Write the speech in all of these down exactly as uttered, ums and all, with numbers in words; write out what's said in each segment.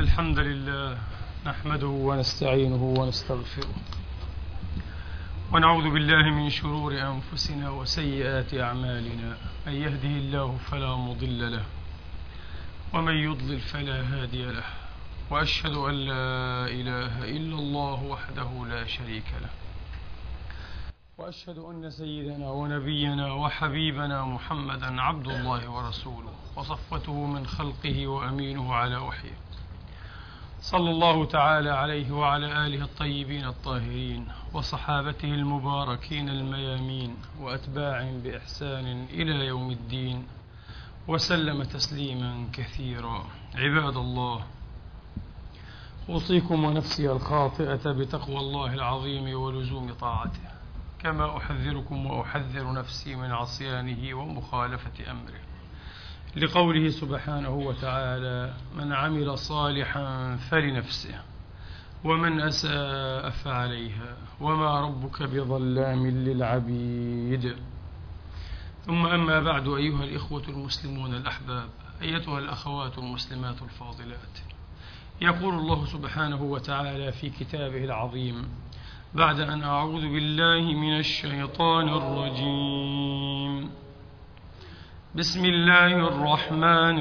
الحمد لله نحمده ونستعينه ونستغفره ونعوذ بالله من شرور أنفسنا وسيئات أعمالنا. من يهده الله فلا مضل له ومن يضلل فلا هادي له، وأشهد أن لا إله إلا الله وحده لا شريك له، وأشهد أن سيدنا ونبينا وحبيبنا محمدا عبد الله ورسوله وصفوته من خلقه وأمينه على وحيه، صلى الله تعالى عليه وعلى آله الطيبين الطاهرين وصحابته المباركين الميامين وأتباعهم بإحسان إلى يوم الدين، وسلم تسليما كثيرا. عباد الله، أوصيكم ونفسي الخاطئة بتقوى الله العظيم ولزوم طاعته، كما أحذركم وأحذر نفسي من عصيانه ومخالفة أمره، لقوله سبحانه وتعالى: من عمل صالحا فلنفسه ومن أساء فعليها وما ربك بظلام للعبيد. ثم أما بعد، أيها الإخوة المسلمون الأحباب، أيتها الأخوات المسلمات الفاضلات، يقول الله سبحانه وتعالى في كتابه العظيم بعد أن أعوذ بالله من الشيطان الرجيم: بسم الله الرحمن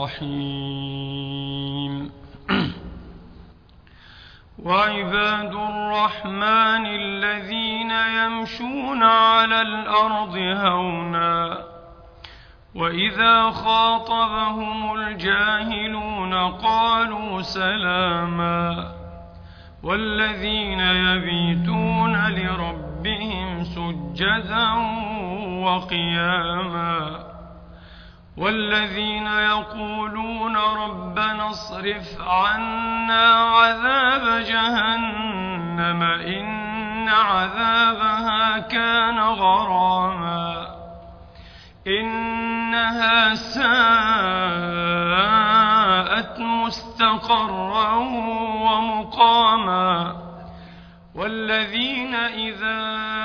الرحيم وعباد الرحمن الذين يمشون على الأرض هونا وإذا خاطبهم الجاهلون قالوا سلاما والذين يبيتون لربهم سجدا وقياما والذين يقولون ربنا اصرف عنا عذاب جهنم إن عذابها كان غراما إنها ساءت مستقرا ومقاما والذين إذا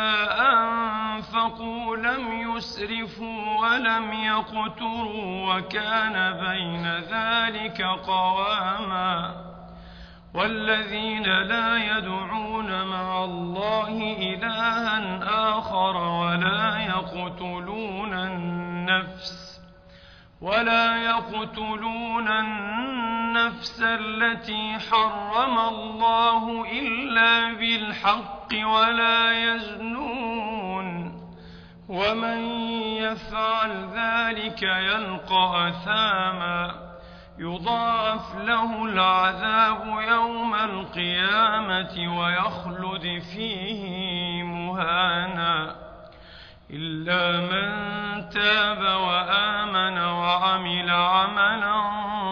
أنفقوا لم يسرفوا ولم يقتروا وكان بين ذلك قواما والذين لا يدعون مع الله إلها آخر ولا يقتلون النفس ولا يقتلون النفس التي حرم الله إلا بالحق ولا يزنون ومن يفعل ذلك يلقى أثاما يضاعف له العذاب يوم القيامة ويخلد فيه مهانا إلا من تاب وآمن وعمل عملا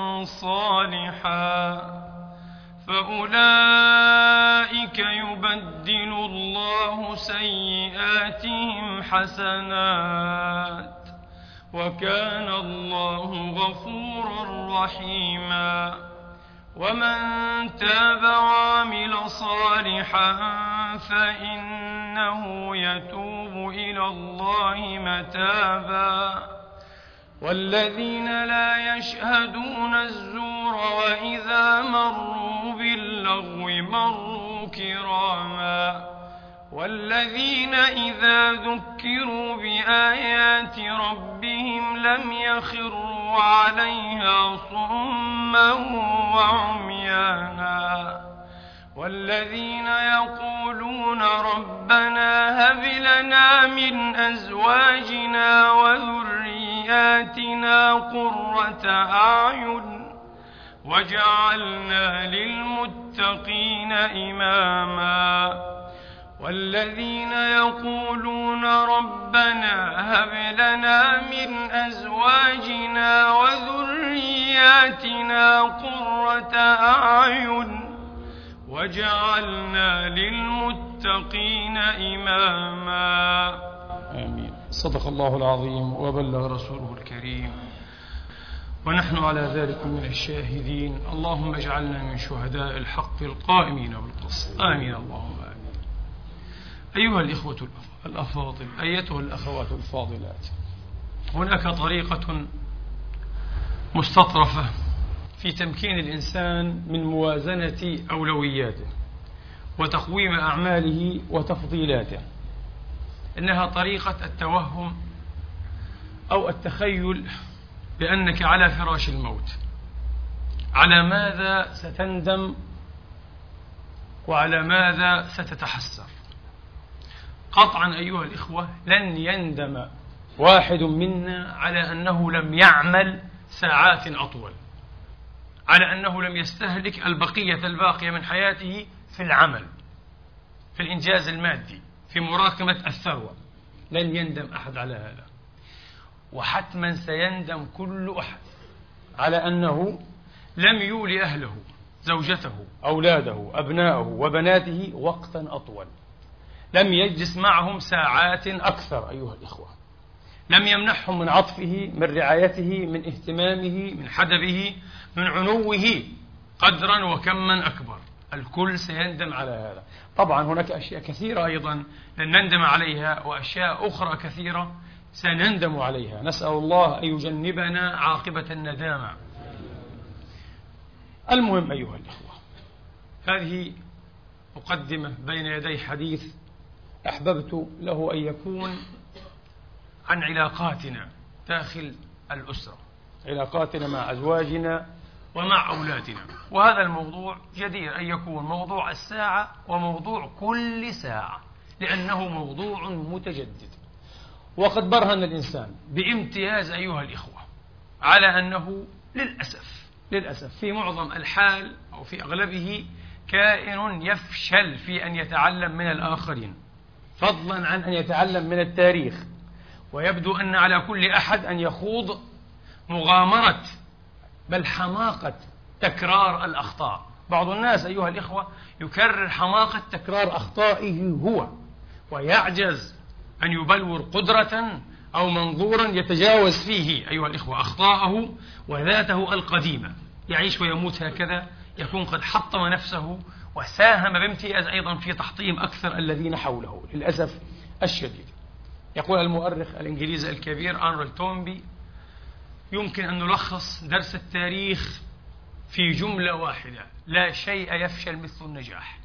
صالحا فأولئك يبدل الله سيئاتهم حسنات وكان الله غفورا رحيما ومن تاب وعمل صالحا فإنه يتوب إلى الله متابا والذين لا يشهدون الزور وإذا مروا باللغو مروا كراما والذين إذا ذكروا بآيات ربهم لم يخروا عليها صما وعميانا والذين يقولون ربنا هب لنا من أزواجنا وذرياتنا قرة أعين وجعلنا للمتقين إماما والذين يقولون ربنا هب لنا من أزواجنا وذرياتنا قرة أعين وجعلنا للمتقين إماما. آمين. صدق الله العظيم وبلغ رسوله الكريم ونحن على ذلك من الشاهدين. اللهم اجعلنا من شهداء الحق القائمين بالقسط. آمين اللهم آمين. أيها الإخوة الأفاضل، أيتها الأخوات الفاضلات، هناك طريقة مستطرفة في تمكين الإنسان من موازنة أولوياته وتقويم أعماله وتفضيلاته. إنها طريقة التوهم أو التخيل بأنك على فراش الموت. على ماذا ستندم وعلى ماذا ستتحسر؟ قطعا أيها الإخوة لن يندم واحد منا على أنه لم يعمل ساعات أطول، على أنه لم يستهلك البقية الباقية من حياته في العمل، في الإنجاز المادي، في مراكمة الثروة. لن يندم أحد على هذا. وحتما سيندم كل أحد على أنه لم يولي أهله، زوجته، أولاده، أبناءه وبناته وقتا أطول، لم يجلس معهم ساعات أكثر أيها الإخوة، لم يمنحهم من عطفه، من رعايته، من اهتمامه، من حدبه، من عنوه قدرا وكما أكبر. الكل سيندم على هذا. طبعا هناك أشياء كثيرة أيضا لن نندم عليها، وأشياء أخرى كثيرة سنندم عليها. نسأل الله أن يجنبنا عاقبة الندامة. المهم أيها الإخوة، هذه مقدمة بين يدي حديث أحببت له أن يكون عن علاقاتنا داخل الأسرة، علاقاتنا مع أزواجنا ومع أولادنا. وهذا الموضوع جدير أن يكون موضوع الساعة وموضوع كل ساعة، لأنه موضوع متجدد. وقد برهن الإنسان بامتياز أيها الإخوة على أنه للأسف للأسف في معظم الحال أو في أغلبه كائن يفشل في أن يتعلم من الآخرين، فضلا عن أن يتعلم من التاريخ. ويبدو أن على كل أحد أن يخوض مغامرة بل حماقة تكرار الأخطاء. بعض الناس أيها الإخوة يكرر حماقة تكرار أخطائه هو، ويعجز أن يبلور قدرة أو منظورا يتجاوز فيه أيها الإخوة أخطاءه وذاته القديمة. يعيش ويموت هكذا، يكون قد حطم نفسه وساهم بامتياز أيضا في تحطيم أكثر الذين حوله للأسف الشديد. يقول المؤرخ الإنجليزي الكبير أرنولد تومبي: يمكن أن نلخص درس التاريخ في جملة واحدة: لا شيء يفشل مثل النجاح.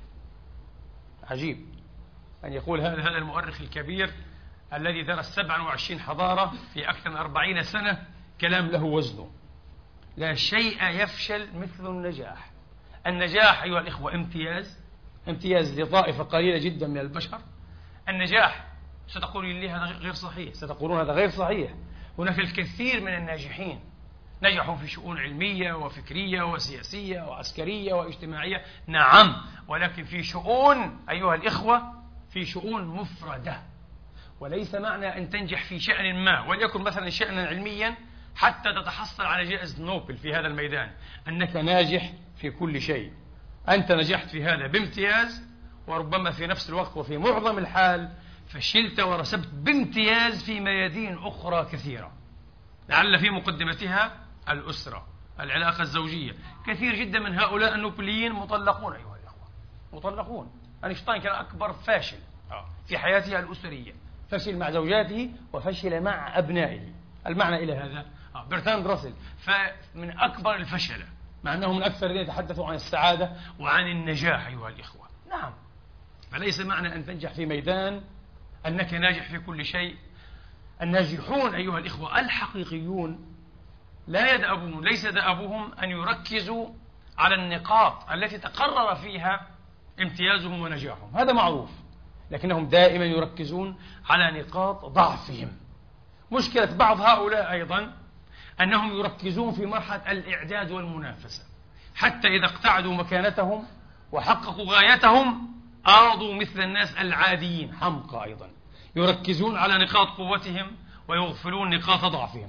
عجيب أن يقول هذا هذا المؤرخ الكبير الذي درس سبعة وعشرين حضارة في أكثر من أربعين سنة كلام له وزنه. لا شيء يفشل مثل النجاح. النجاح أيها الإخوة امتياز، امتياز لطائفة قليلة جدا من البشر. النجاح ستقول لي هذا غير صحيح، ستقولون هذا غير صحيح. هناك الكثير من الناجحين نجحوا في شؤون علمية وفكرية وسياسية وعسكرية واجتماعية، نعم، ولكن في شؤون أيها الإخوة، في شؤون مفردة. وليس معنى أن تنجح في شأن ما، وليكن مثلا شأنا علميا، حتى تتحصل على جائزة نوبل في هذا الميدان، أنك ناجح في كل شيء. أنت نجحت في هذا بامتياز، وربما في نفس الوقت وفي معظم الحال فشلت ورسبت بامتياز في ميادين أخرى كثيرة، لعل في مقدمتها الأسرة، العلاقة الزوجية. كثير جدا من هؤلاء النوبليين مطلقون أيها الأخوة، مطلقون. أينشتاين كان أكبر فاشل في حياته الأسرية، فشل مع زوجاته وفشل مع أبنائه. المعنى إلى هذا برتراند راسل فمن أكبر الفشل، مع أنه من أكثر الذين يتحدثوا عن السعادة وعن النجاح أيها الإخوة. نعم، فليس معنى أن تنجح في ميدان أنك ناجح في كل شيء. الناجحون أيها الإخوة الحقيقيون لا يدأبون، ليس دأبهم أن يركزوا على النقاط التي تقرر فيها امتيازهم ونجاحهم، هذا معروف، لكنهم دائما يركزون على نقاط ضعفهم. مشكلة بعض هؤلاء أيضا أنهم يركزون في مرحلة الإعداد والمنافسة، حتى إذا اقتعدوا مكانتهم وحققوا غايتهم أرضوا مثل الناس العاديين حمقى. أيضا يركزون على نقاط قوتهم ويغفلون نقاط ضعفهم.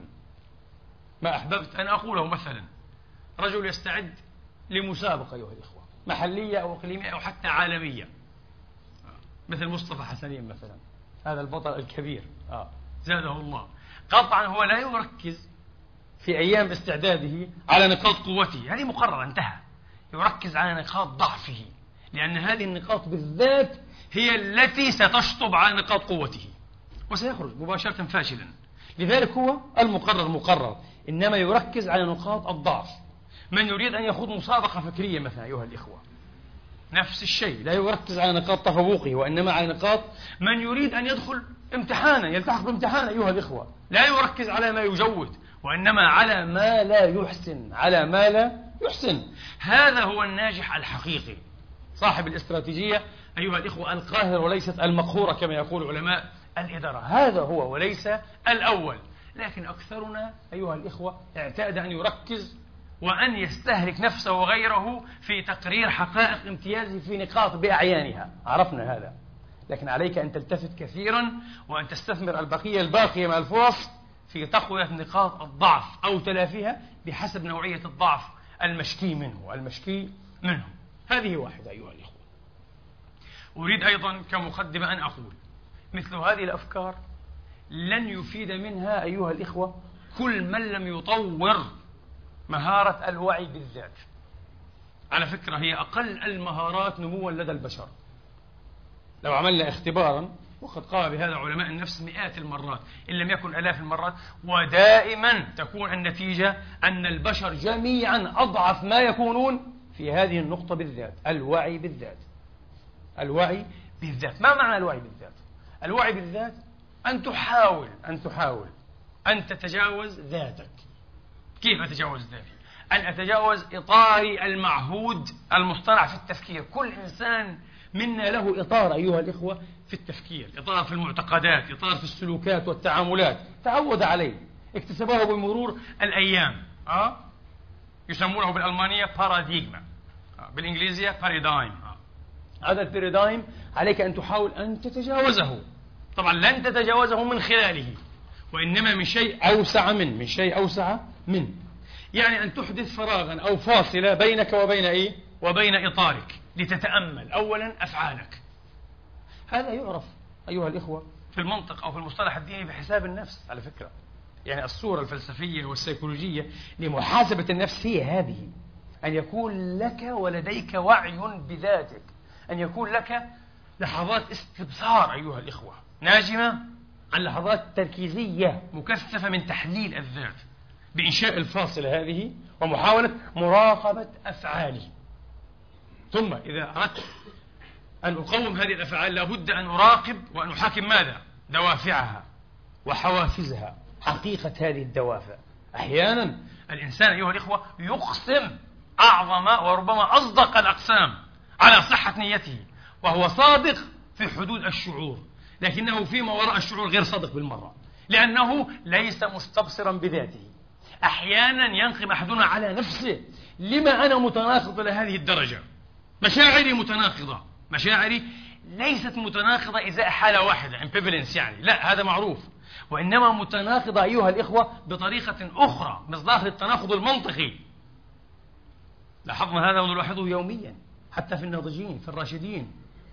ما أحببت أن أقوله مثلا: رجل يستعد لمسابقة أيها الإخوة، محلية أو إقليمية أو حتى عالمية، مثل مصطفى حسنين مثلا، هذا البطل الكبير آه. زاده الله. قطعا هو لا يركز في أيام استعداده على نقاط قوته، هذه مقررة انتهى. يركز على نقاط ضعفه، لأن هذه النقاط بالذات هي التي ستشطب على نقاط قوته وسيخرج مباشرة فاشلا. لذلك هو المقرر مقرر، إنما يركز على نقاط الضعف. من يريد أن يخوض مسابقة فكرية مثلا أيها الإخوة، نفس الشيء، لا يركز على نقاط تفوقه وإنما على نقاط. من يريد أن يدخل امتحانا، يلتحق بامتحان أيها الإخوة، لا يركز على ما يجود وإنما على ما لا يحسن، على ما لا يحسن. هذا هو الناجح الحقيقي، صاحب الاستراتيجية أيها الإخوة القاهرة وليست المقهورة كما يقول علماء الإدارة. هذا هو وليس الأول. لكن أكثرنا أيها الإخوة اعتاد أن يركز وأن يستهلك نفسه وغيره في تقرير حقائق امتيازه في نقاط بأعيانها، عرفنا هذا. لكن عليك أن تلتفت كثيرا وأن تستثمر البقية الباقية من الفرص في تقوية نقاط الضعف أو تلافيها بحسب نوعية الضعف المشكي منه المشكي منه. هذه واحدة أيها الإخوة. أريد أيضا كمقدمة أن أقول مثل هذه الأفكار لن يفيد منها أيها الإخوة كل من لم يطور مهارة الوعي بالذات. على فكرة هي أقل المهارات نموا لدى البشر. لو عملنا اختبارا، وقد قام بهذا علماء النفس مئات المرات إن لم يكن آلاف المرات، ودائما تكون النتيجة أن البشر جميعا أضعف ما يكونون في هذه النقطة بالذات، الوعي بالذات. الوعي بالذات. ما معنى الوعي بالذات؟ الوعي بالذات أن تحاول أن تحاول أن تتجاوز ذاتك. كيف أتجاوز ذاتي؟ أن أتجاوز إطاري المعهود المصطنع في التفكير. كل إنسان منا له إطار أيها الإخوة في التفكير، إطار في المعتقدات، إطار في السلوكات والتعاملات، تعود عليه، اكتسبه بمرور الأيام. أه؟ يسمونه بالألمانية باراديغما، أه؟ بالإنجليزية بارادايم. أه؟ هذا البارادايم عليك أن تحاول أن تتجاوزه. طبعا لن تتجاوزه من خلاله، وإنما من شيء أوسع من من شيء أوسع من يعني أن تحدث فراغا أو فاصلة بينك وبين إيه؟ وبين إطارك، لتتأمل أولا أفعالك. هذا يعرف أيها الإخوة في المنطق أو في المصطلح الديني بحساب النفس. على فكرة يعني الصورة الفلسفية والسيكولوجية لمحاسبة النفس هي هذه: أن يكون لك ولديك وعي بذاتك، أن يكون لك لحظات استبصار أيها الإخوة ناجمة عن لحظات تركيزية مكثفة من تحليل الذات، بإنشاء الفاصلة هذه ومحاولة مراقبة أفعالي. ثم إذا أردت أن أقوم هذه الأفعال لابد أن أراقب وأن أحاكم ماذا؟ دوافعها وحوافزها، حقيقة هذه الدوافع. أحيانا الإنسان أيها الإخوة يقسم أعظم وربما أصدق الأقسام على صحة نيته، وهو صادق في حدود الشعور، لكنه فيما وراء الشعور غير صادق بالمرة، لأنه ليس مستبصرا بذاته. أحيانا ينقم أحدنا على نفسه: لما أنا متناقض لهذه الدرجة؟ مشاعري متناقضة. مشاعري ليست متناقضة إزاء حالة واحدة ambivalence يعني، لا، هذا معروف، وإنما متناقضة أيها الإخوة بطريقة أخرى، مصداق للتناقض المنطقي. لاحظنا هذا ونلاحظه يوميا حتى في الناضجين، في الراشدين،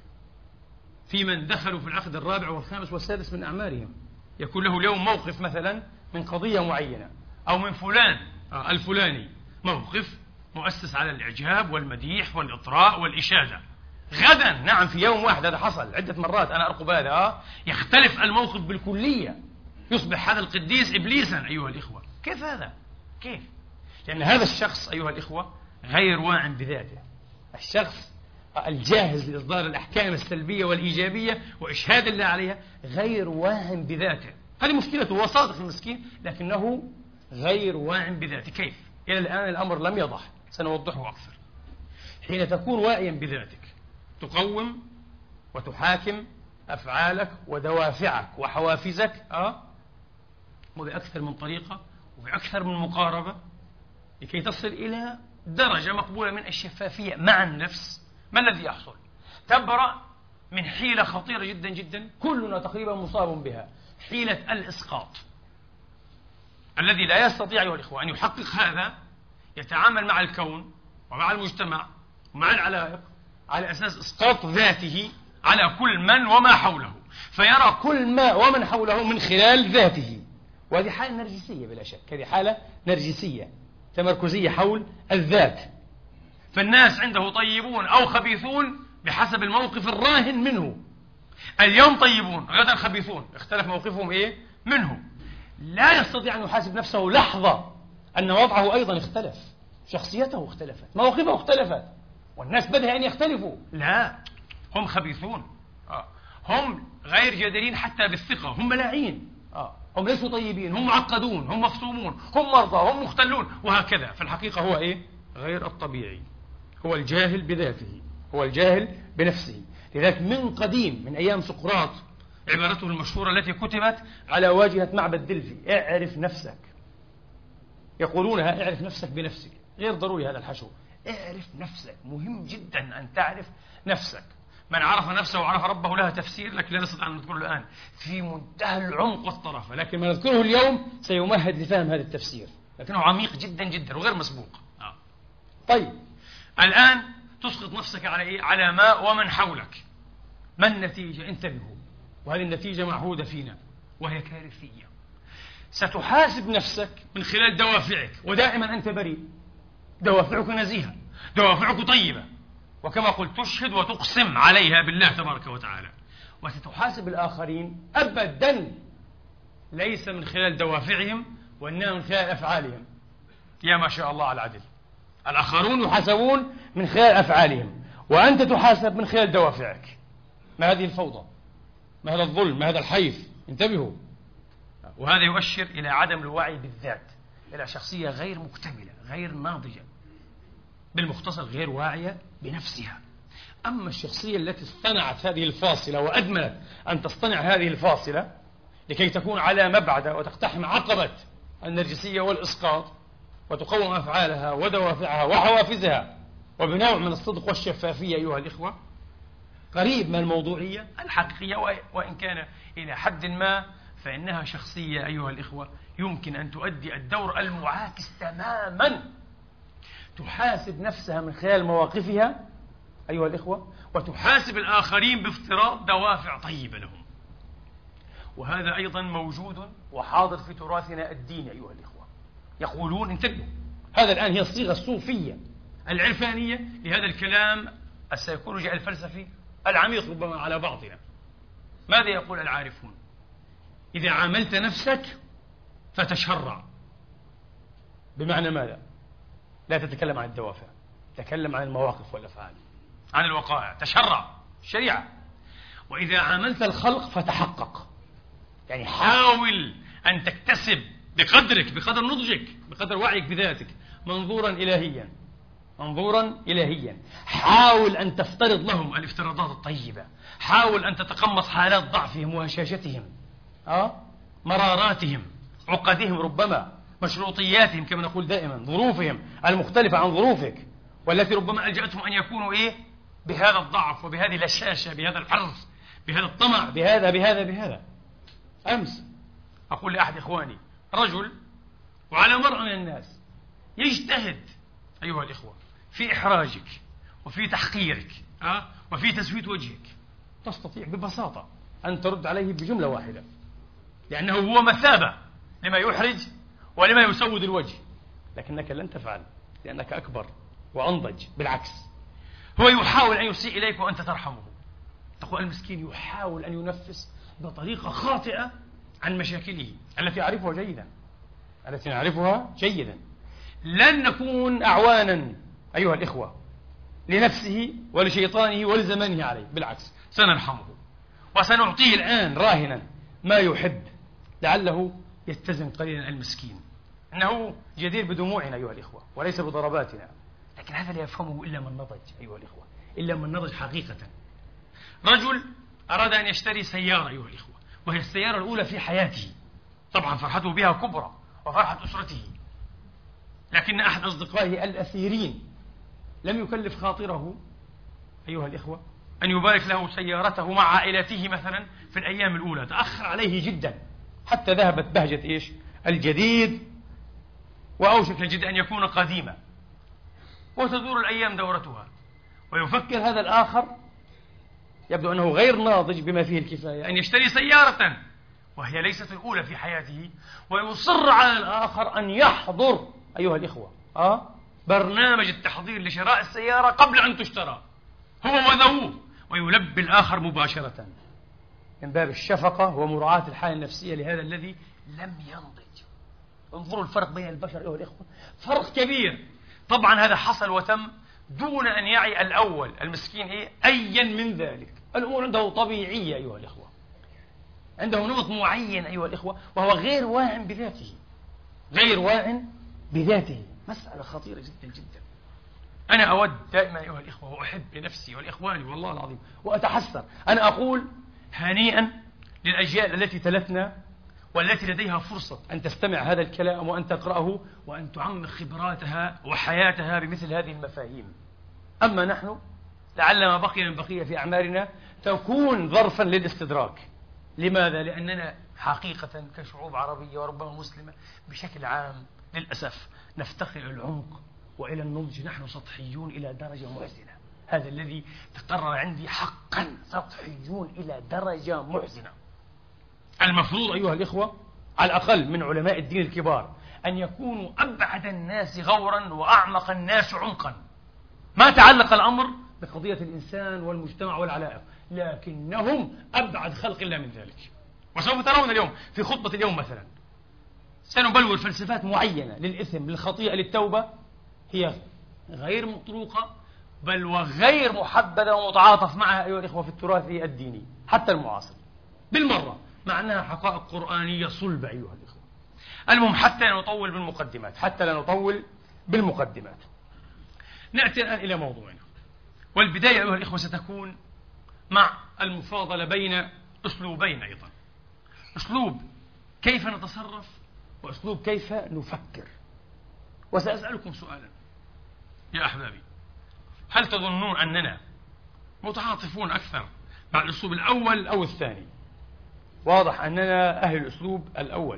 في من دخلوا في العقد الرابع والخامس والسادس من أعمارهم، يكون له اليوم موقف مثلا من قضية معينة أو من فلان الفلاني، موقف مؤسس على الإعجاب والمديح والإطراء والإشادة. غدا، نعم في يوم واحد، هذا حصل عدة مرات، أنا أرقب هذا، يختلف الموقف بالكلية، يصبح هذا القديس إبليسا أيها الإخوة. كيف هذا؟ كيف؟ لأن هذا الشخص أيها الإخوة غير واع بذاته. الشخص الجاهز لإصدار الأحكام السلبية والإيجابية وإشهاد الله عليها غير واع بذاته. هذه مشكلته، هو صادق المسكين لكنه غير واع بذاته. كيف؟ إلى الآن الأمر لم يضح، سنوضحه أكثر. حين تكون واعيا بذاتك تقوم وتحاكم أفعالك ودوافعك وحوافزك أه؟ وبأكثر من طريقة وبأكثر من مقاربة لكي تصل إلى درجة مقبولة من الشفافية مع النفس. ما الذي يحصل؟ تبرأ من حيلة خطيرة جدا جدا كلنا تقريبا مصاب بها، حيلة الإسقاط. الذي لا يستطيع أيها الإخوة أن يحقق هذا يتعامل مع الكون ومع المجتمع ومع العلائق على أساس إسقاط ذاته على كل من وما حوله، فيرى كل ما ومن حوله من خلال ذاته. وهذه حالة نرجسية بلا شك، هذه حالة نرجسية تمركزية حول الذات. فالناس عنده طيبون أو خبيثون بحسب الموقف الراهن منه. اليوم طيبون، غدا خبيثون، اختلف موقفهم إيه منه. لا يستطيع أن يحاسب نفسه لحظة أن وضعه أيضا اختلف. شخصيته اختلفت، مواقفه اختلفت، والناس بدها أن يختلفوا. لا، هم خبيثون، آه. هم غير جديرين حتى بالثقة، هم ملاعين، آه. هم ليسوا طيبين، هم معقدون، هم مفطومون، هم مرضى، هم مختلون، وهكذا. في الحقيقة هو إيه؟ غير الطبيعي، هو الجاهل بذاته، هو الجاهل بنفسه. لذلك من قديم، من أيام سقراط، عبارته المشهورة التي كتبت على واجهة معبد دلفي: اعرف نفسك. يقولونها: اعرف نفسك بنفسك. غير ضروري هذا الحشو. اعرف نفسك، مهم جدا أن تعرف نفسك. من عرف نفسه وعرف ربه لها تفسير، لكن لا نستطيع أن نذكره الآن، في منتهى العمق والطرافة، لكن ما نذكره اليوم سيمهد لفهم هذا التفسير، لكنه عميق جدا جدا وغير مسبوق. آه. طيب، الآن تسقط نفسك على إيه؟ على ما ومن حولك. ما النتيجة؟ انتبهوا، وهذه النتيجة معهودة فينا وهي كارثية. ستحاسب نفسك من خلال دوافعك، ودائما أنت بريء، دوافعك نزيهة، دوافعك طيبة، وكما قلت تشهد وتقسم عليها بالله تبارك وتعالى. وستحاسب الآخرين أبدا ليس من خلال دوافعهم، وإنما من خلال أفعالهم. يا ما شاء الله على العدل، الآخرون يحاسبون من خلال أفعالهم، وأنت تحاسب من خلال دوافعك. ما هذه الفوضى؟ ما هذا الظلم؟ ما هذا الحيف؟ انتبهوا. وهذا يؤشر إلى عدم الوعي بالذات، إلى شخصية غير مكتملة، غير ناضجة، بالمختصر غير واعية بنفسها. أما الشخصية التي اصطنعت هذه الفاصلة وأدمنت أن تصطنع هذه الفاصلة لكي تكون على مبعد وتقتحم عقبة النرجسية والإسقاط، وتقوم أفعالها ودوافعها وحوافزها وبنوع من الصدق والشفافية أيها الإخوة، قريب من الموضوعية الحقيقية، وإن كان إلى حد ما فإنها شخصية أيها الإخوة يمكن أن تؤدي الدور المعاكس تماما. تحاسب نفسها من خلال مواقفها أيها الإخوة، وتحاسب الآخرين بافتراض دوافع طيبة لهم. وهذا أيضا موجود وحاضر في تراثنا الديني أيها الإخوة. يقولون، انتبهوا، هذا الآن هي الصيغة الصوفية العرفانية لهذا الكلام السيكولوجي الفلسفي العميق ربما على بعضنا. ماذا يقول العارفون؟ إذا عاملت نفسك فتشرع. بمعنى ماذا؟ لا تتكلم عن الدوافع، تكلم عن المواقف والأفعال، عن الوقائع، تشرع الشريعة. وإذا عاملت الخلق فتحقق، يعني حاول أن تكتسب بقدرك، بقدر نضجك، بقدر وعيك بذاتك، منظورا إلهيا، منظورا إلهيا. حاول أن تفترض لهم الافتراضات الطيبة، حاول أن تتقمص حالات ضعفهم وهشاشتهم، أه؟ مراراتهم، عقدهم ربما، مشروطياتهم كما نقول دائما، ظروفهم المختلفة عن ظروفك، والتي ربما ألجأتهم أن يكونوا إيه؟ بهذا الضعف وبهذه الهشاشة، بهذا الحرص، بهذا الطمع، بهذا بهذا بهذا. أمس أقول لأحد إخواني، رجل وعلى مرأى من الناس يجتهد أيها الإخوة في إحراجك وفي تحقيرك، أه؟ وفي تسويت وجهك، تستطيع ببساطة أن ترد عليه بجملة واحدة، لأنه هو مثابة لما يحرج ولما يسود الوجه، لكنك لن تفعل لأنك أكبر وأنضج. بالعكس، هو يحاول أن يسيء إليك وأنت ترحمه. تقول المسكين يحاول أن ينفس بطريقة خاطئة عن مشاكله التي أعرفها جيدا، التي نعرفها جيدا. لن نكون أعوانا أيها الإخوة لنفسه ولشيطانه ولزمانه عليه، بالعكس سنرحمه وسنعطيه الآن راهنا ما يحب، لعله يتزن قليلا المسكين. إنه جدير بدموعنا أيها الإخوة وليس بضرباتنا، لكن هذا لا يفهمه إلا من نضج أيها الإخوة، إلا من نضج حقيقة. رجل أراد أن يشتري سيارة أيها الإخوة، وهي السيارة الأولى في حياته، طبعا فرحته بها كبرى وفرحة أسرته، لكن أحد أصدقائه الأثيرين لم يكلف خاطره أيها الإخوة أن يبارك له سيارته مع عائلته مثلا في الأيام الأولى، تأخر عليه جدا حتى ذهبت بهجة إيش؟ الجديد، وأوشك الجد أن يكون قديما، وتدور الأيام دورتها، ويفكر هذا الآخر يبدو أنه غير ناضج بما فيه الكفاية أن يشتري سيارة وهي ليست الأولى في حياته، ويصر على الآخر أن يحضر أيها الإخوة أه؟ برنامج التحضير لشراء السيارة قبل أن تشترى هو وذووه، ويلبي الآخر مباشرة من باب الشفقة ومراعاة الحالة النفسية لهذا الذي لم ينضج. انظروا الفرق بين البشر أيها الإخوة، فرق كبير. طبعا هذا حصل وتم دون أن يعي الأول المسكين إيه أيا من ذلك. الأمور عنده طبيعية أيها الإخوة، عنده نمط معين أيها الإخوة، وهو غير واع بذاته، غير واع بذاته. مسألة خطيرة جدا جدا. أنا أود دائما أيها الإخوة وأحب لنفسي ولإخواني والله العظيم وأتحسر أن أقول هنيئا للأجيال التي تلتنا والتي لديها فرصة أن تستمع هذا الكلام وأن تقرأه وأن تعمق خبراتها وحياتها بمثل هذه المفاهيم. أما نحن لعل ما بقي من بقية في أعمارنا تكون ظرفا للاستدراك. لماذا؟ لأننا حقيقة كشعوب عربية وربما مسلمة بشكل عام للأسف نفتقر إلى العمق وإلى النضج. نحن سطحيون إلى درجة محزنة. هذا الذي تقرر عندي حقا، سطحيون إلى درجة محزنة. المفروض أيها الإخوة على الأقل من علماء الدين الكبار أن يكونوا أبعد الناس غورا وأعمق الناس عمقا. ما تعلق الأمر بقضية الإنسان والمجتمع والعلائق، لكنهم أبعد خلق الله من ذلك. وسوف ترون اليوم في خطبة اليوم مثلا سنبلور فلسفات معينة للإثم، للخطيئة، للتوبة، هي غير مطروقة بل وغير محبذة ومتعاطف معها أيها الإخوة في التراث الديني حتى المعاصر بالمرة، مع أنها حقائق قرآنية صلبة أيها الإخوة. المهم حتى لا نطول بالمقدمات حتى لا نطول بالمقدمات نأتي الآن إلى موضوعنا. والبداية أيها الإخوة ستكون مع المفاضلة بين أسلوبين أيضا، أسلوب كيف نتصرف وأسلوب كيف نفكر. وسأسألكم سؤالا يا أحبابي، هل تظنون أننا متعاطفون أكثر مع الأسلوب الأول أو الثاني؟ واضح أننا أهل الأسلوب الأول.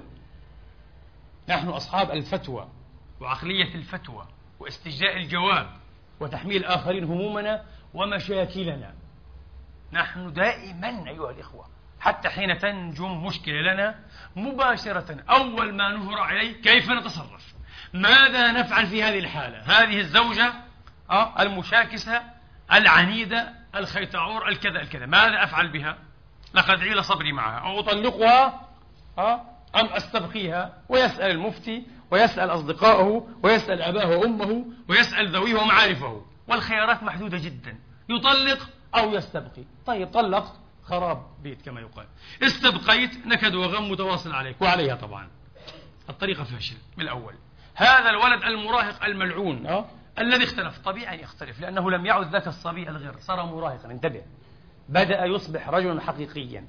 نحن أصحاب الفتوى وعقلية الفتوى واستجلاء الجواب وتحميل الآخرين همومنا ومشاكلنا. نحن دائما أيها الإخوة حتى حين تنجم مشكلة لنا مباشرة أول ما نهر عليه كيف نتصرف، ماذا نفعل في هذه الحالة، هذه الزوجة آه المشاكسة العنيدة الخيطعور الكذا الكذا، ماذا أفعل بها؟ لقد عيل صبري معها، أو أطلقها آه أم أستبقيها؟ ويسأل المفتي ويسأل أصدقائه ويسأل أباه وأمه ويسأل ذويه ومعارفه، والخيارات محدودة جدا. يطلق أو يستبقي. طيب طلقت خراب بيت كما يقال، استبقيت نكد وغم متواصل عليك وعليها طبعا. الطريقة فاشلة من الأول. هذا الولد المراهق الملعون أه؟ الذي اختلف طبيعي يختلف لأنه لم يعد ذاك الصبي الغير، صار مراهقا. انتبه، بدأ يصبح رجلا حقيقيا.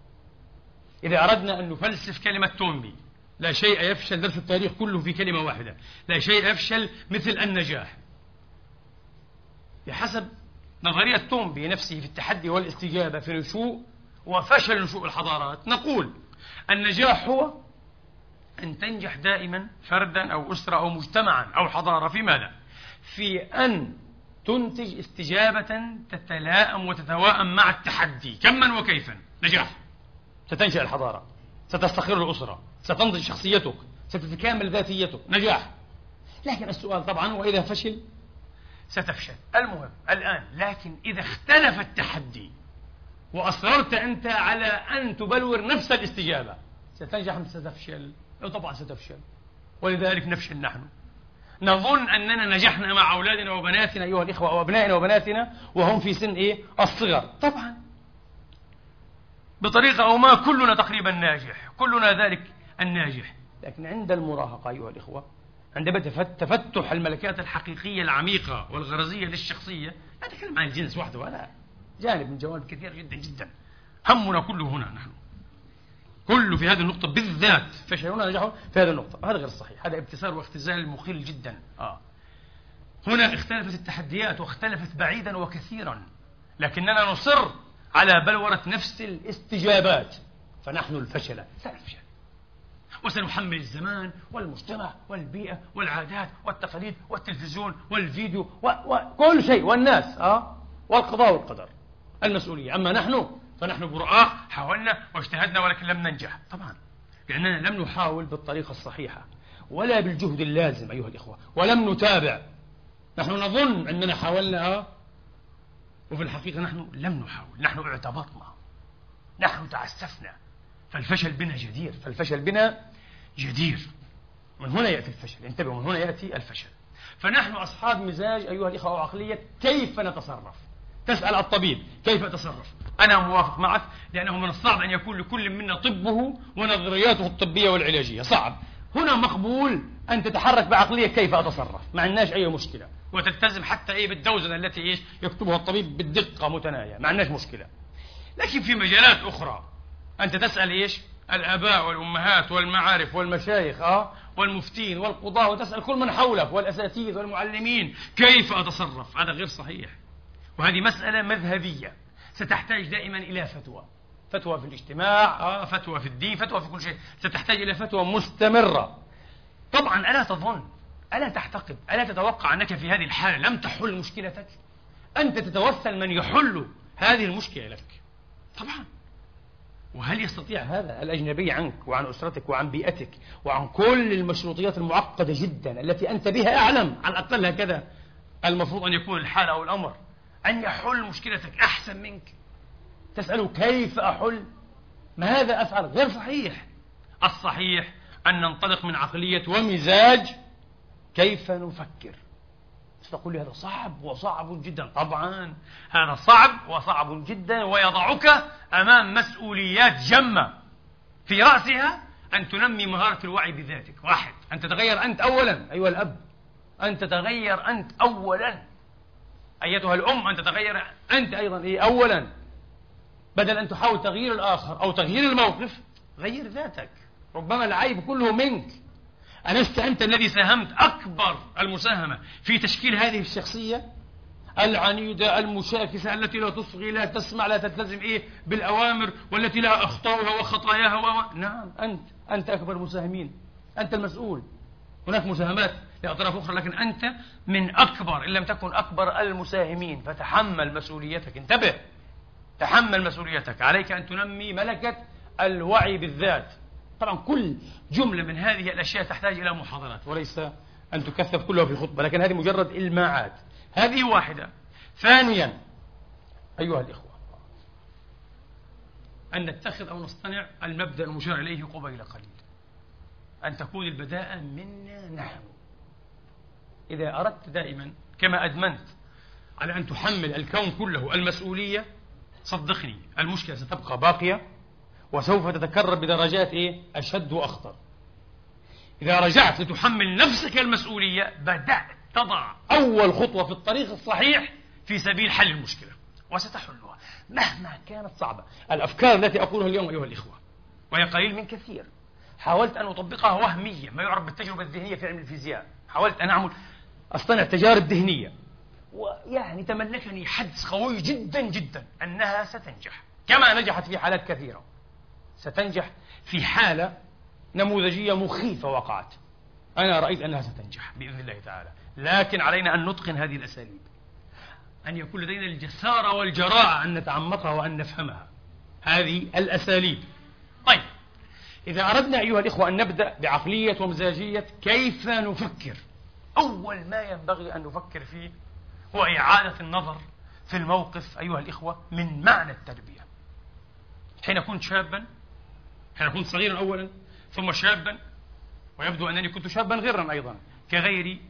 إذا أردنا أن نفلسف كلمة تومبي، لا شيء يفشل، درس التاريخ كله في كلمة واحدة، لا شيء يفشل مثل النجاح. بحسب نظرية تومبي نفسه في التحدي والاستجابة في نشوء وفشل نشوء الحضارات، نقول النجاح هو أن تنجح دائما فردا أو أسرة أو مجتمعا أو حضارة في ماذا؟ في أن تنتج استجابة تتلائم وتتواءم مع التحدي كما وكيفا. نجاح، ستنشأ الحضارة، ستستقر الأسرة، ستنضج شخصيتك، ستتكامل ذاتيتك. نجاح. لكن السؤال طبعا وإذا فشل ستفشل. المهم الآن، لكن إذا اختلف التحدي وأصررت أنت على أن تبلور نفس الاستجابة، ستنجح أم ستفشل؟ طبعا ستفشل. ولذلك نفشل نحن. نظن أننا نجحنا مع أولادنا وبناتنا أيها الإخوة أو أبنائنا وبناتنا وهم في سن إيه؟ الصغر. طبعا بطريقة أو ما كلنا تقريبا ناجح، كلنا ذلك الناجح. لكن عند المراهقة أيها الإخوة، عندما تفتح الملكات الحقيقية العميقة والغرزية للشخصية، لا أتكلم عن الجنس وحده، هذا جانب من جوانب كثيرة جدا جدا. همنا كله هنا نحن، كله في هذه النقطة بالذات. فشلونا نجحوا في هذه النقطة، هذا غير صحيح، هذا ابتسار واختزال مخيل جدا. آه. هنا اختلفت التحديات واختلفت بعيدا وكثيرا، لكننا نصر على بلورة نفس الاستجابات، فنحن الفشلة سنفشل وسنحمل الزمان والمجتمع والبيئة والعادات والتقاليد والتلفزيون والفيديو وكل شيء والناس آه؟ والقضاء والقدر المسؤولية. أما نحن فنحن براء، حاولنا واجتهدنا ولكن لم ننجح. طبعا لأننا لم نحاول بالطريقة الصحيحة ولا بالجهد اللازم أيها الإخوة، ولم نتابع. نحن نظن أننا حاولنا آه؟ وفي الحقيقة نحن لم نحاول، نحن اعتبطنا، نحن تعسفنا. فالفشل بنا جدير، فالفشل بنا جدير. من هنا يأتي الفشل، انتبهوا، من هنا يأتي الفشل. فنحن أصحاب مزاج أيها الإخوة وعقلية. كيف نتصرف؟ تسأل الطبيب كيف أتصرف؟ أنا موافق معك، لأنه من الصعب أن يكون لكل منا طبه ونظرياته الطبية والعلاجية، صعب. هنا مقبول أن تتحرك بعقلية كيف أتصرف، ما عندناش أي مشكلة، وتلتزم حتى إيه بالدوزنة التي إيش يكتبها الطبيب بالدقة متناهية، ما عندناش مشكلة. لكن في مجالات أخرى أنت تسأل إيش الآباء والأمهات والمعارف والمشايخ آه والمفتين والقضاة، وتسأل كل من حولك والأساتذة والمعلمين كيف أتصرف. هذا غير صحيح، وهذه مسألة مذهبية ستحتاج دائما إلى فتوى، فتوى في الاجتماع آه فتوى في الدين، فتوى في كل شيء، ستحتاج إلى فتوى مستمرة. طبعا ألا تظن، ألا تعتقد، ألا تتوقع أنك في هذه الحالة لم تحل مشكلتك؟ أنت تتوسل من يحل هذه المشكلة لك طبعا. وهل يستطيع هذا الأجنبي عنك وعن أسرتك وعن بيئتك وعن كل المشروطيات المعقدة جدا التي أنت بها أعلم، على الأقل هكذا المفروض أن يكون الحال أو الأمر، أن يحل مشكلتك أحسن منك؟ تسأله كيف أحل؟ ماذا أفعل؟ غير صحيح. الصحيح أن ننطلق من عقلية ومزاج كيف نفكر. ستقول لي هذا صعب وصعب جدا. طبعا هذا صعب وصعب جدا، ويضعك أمام مسؤوليات جمة في رأسها أن تنمي مهارة الوعي بذاتك. واحد، أن تتغير أنت أولا أيها الأب، أن تتغير أنت أولا أيتها الأم، أن تتغير أنت أيضا إيه أولا، بدل أن تحاول تغيير الآخر أو تغيير الموقف. غير ذاتك، ربما العيب كله منك. ألست أنت الذي ساهمت أكبر المساهمة في تشكيل هذه الشخصية العنيدة المشاكسة التي لا تصغي لا تسمع لا تلتزم إيه بالأوامر، والتي لا أخطاؤها وخطاياها و... نعم أنت أنت أكبر المساهمين، أنت المسؤول. هناك مساهمات لأطراف أخرى، لكن أنت من أكبر إن لم تكن أكبر المساهمين، فتحمل مسؤوليتك. انتبه، تحمل مسؤوليتك. عليك أن تنمي ملكة الوعي بالذات. طبعا كل جملة من هذه الأشياء تحتاج إلى محاضرات، وليس أن تكثف كلها في خطبة، لكن هذه مجرد إلماعات. هذه واحدة. ثانيا أيها الإخوة، أن نتخذ أو نصطنع المبدأ المشار إليه قبيل قليل، أن تكون البداءة منا نحن. إذا أردت دائما كما أدمنت على أن تحمل الكون كله المسؤولية، صدقني المشكلة ستبقى باقية وسوف تتكرر بدرجات إيه؟ أشد وأخطر. إذا رجعت لتحمل نفسك المسؤولية، بدأت تضع أول خطوة في الطريق الصحيح في سبيل حل المشكلة، وستحلها مهما كانت صعبة. الأفكار التي أقولها اليوم أيها الإخوة، وهي قليل من كثير، حاولت أن أطبقها وهمية، ما يعرف بالتجربة الذهنية في علم الفيزياء. حاولت أن أعمل أصطنع تجارب ذهنية، ويعني تملكني حدس قوي جدا جدا أنها ستنجح، كما نجحت في حالات كثيرة. ستنجح في حالة نموذجية مخيفة وقعت، أنا رأيت أنها ستنجح بإذن الله تعالى، لكن علينا أن نتقن هذه الأساليب، أن يكون لدينا الجسارة والجراءة أن نتعمقها وأن نفهمها، هذه الأساليب. طيب، إذا أردنا أيها الإخوة أن نبدأ بعقلية ومزاجية كيف نفكر، أول ما ينبغي أن نفكر فيه هو إعادة النظر في الموقف أيها الإخوة من معنى التربية. حين كنت شابا، حين كنت صغيرا أولا ثم شابا، ويبدو أنني كنت شابا غيرا أيضا كغيري،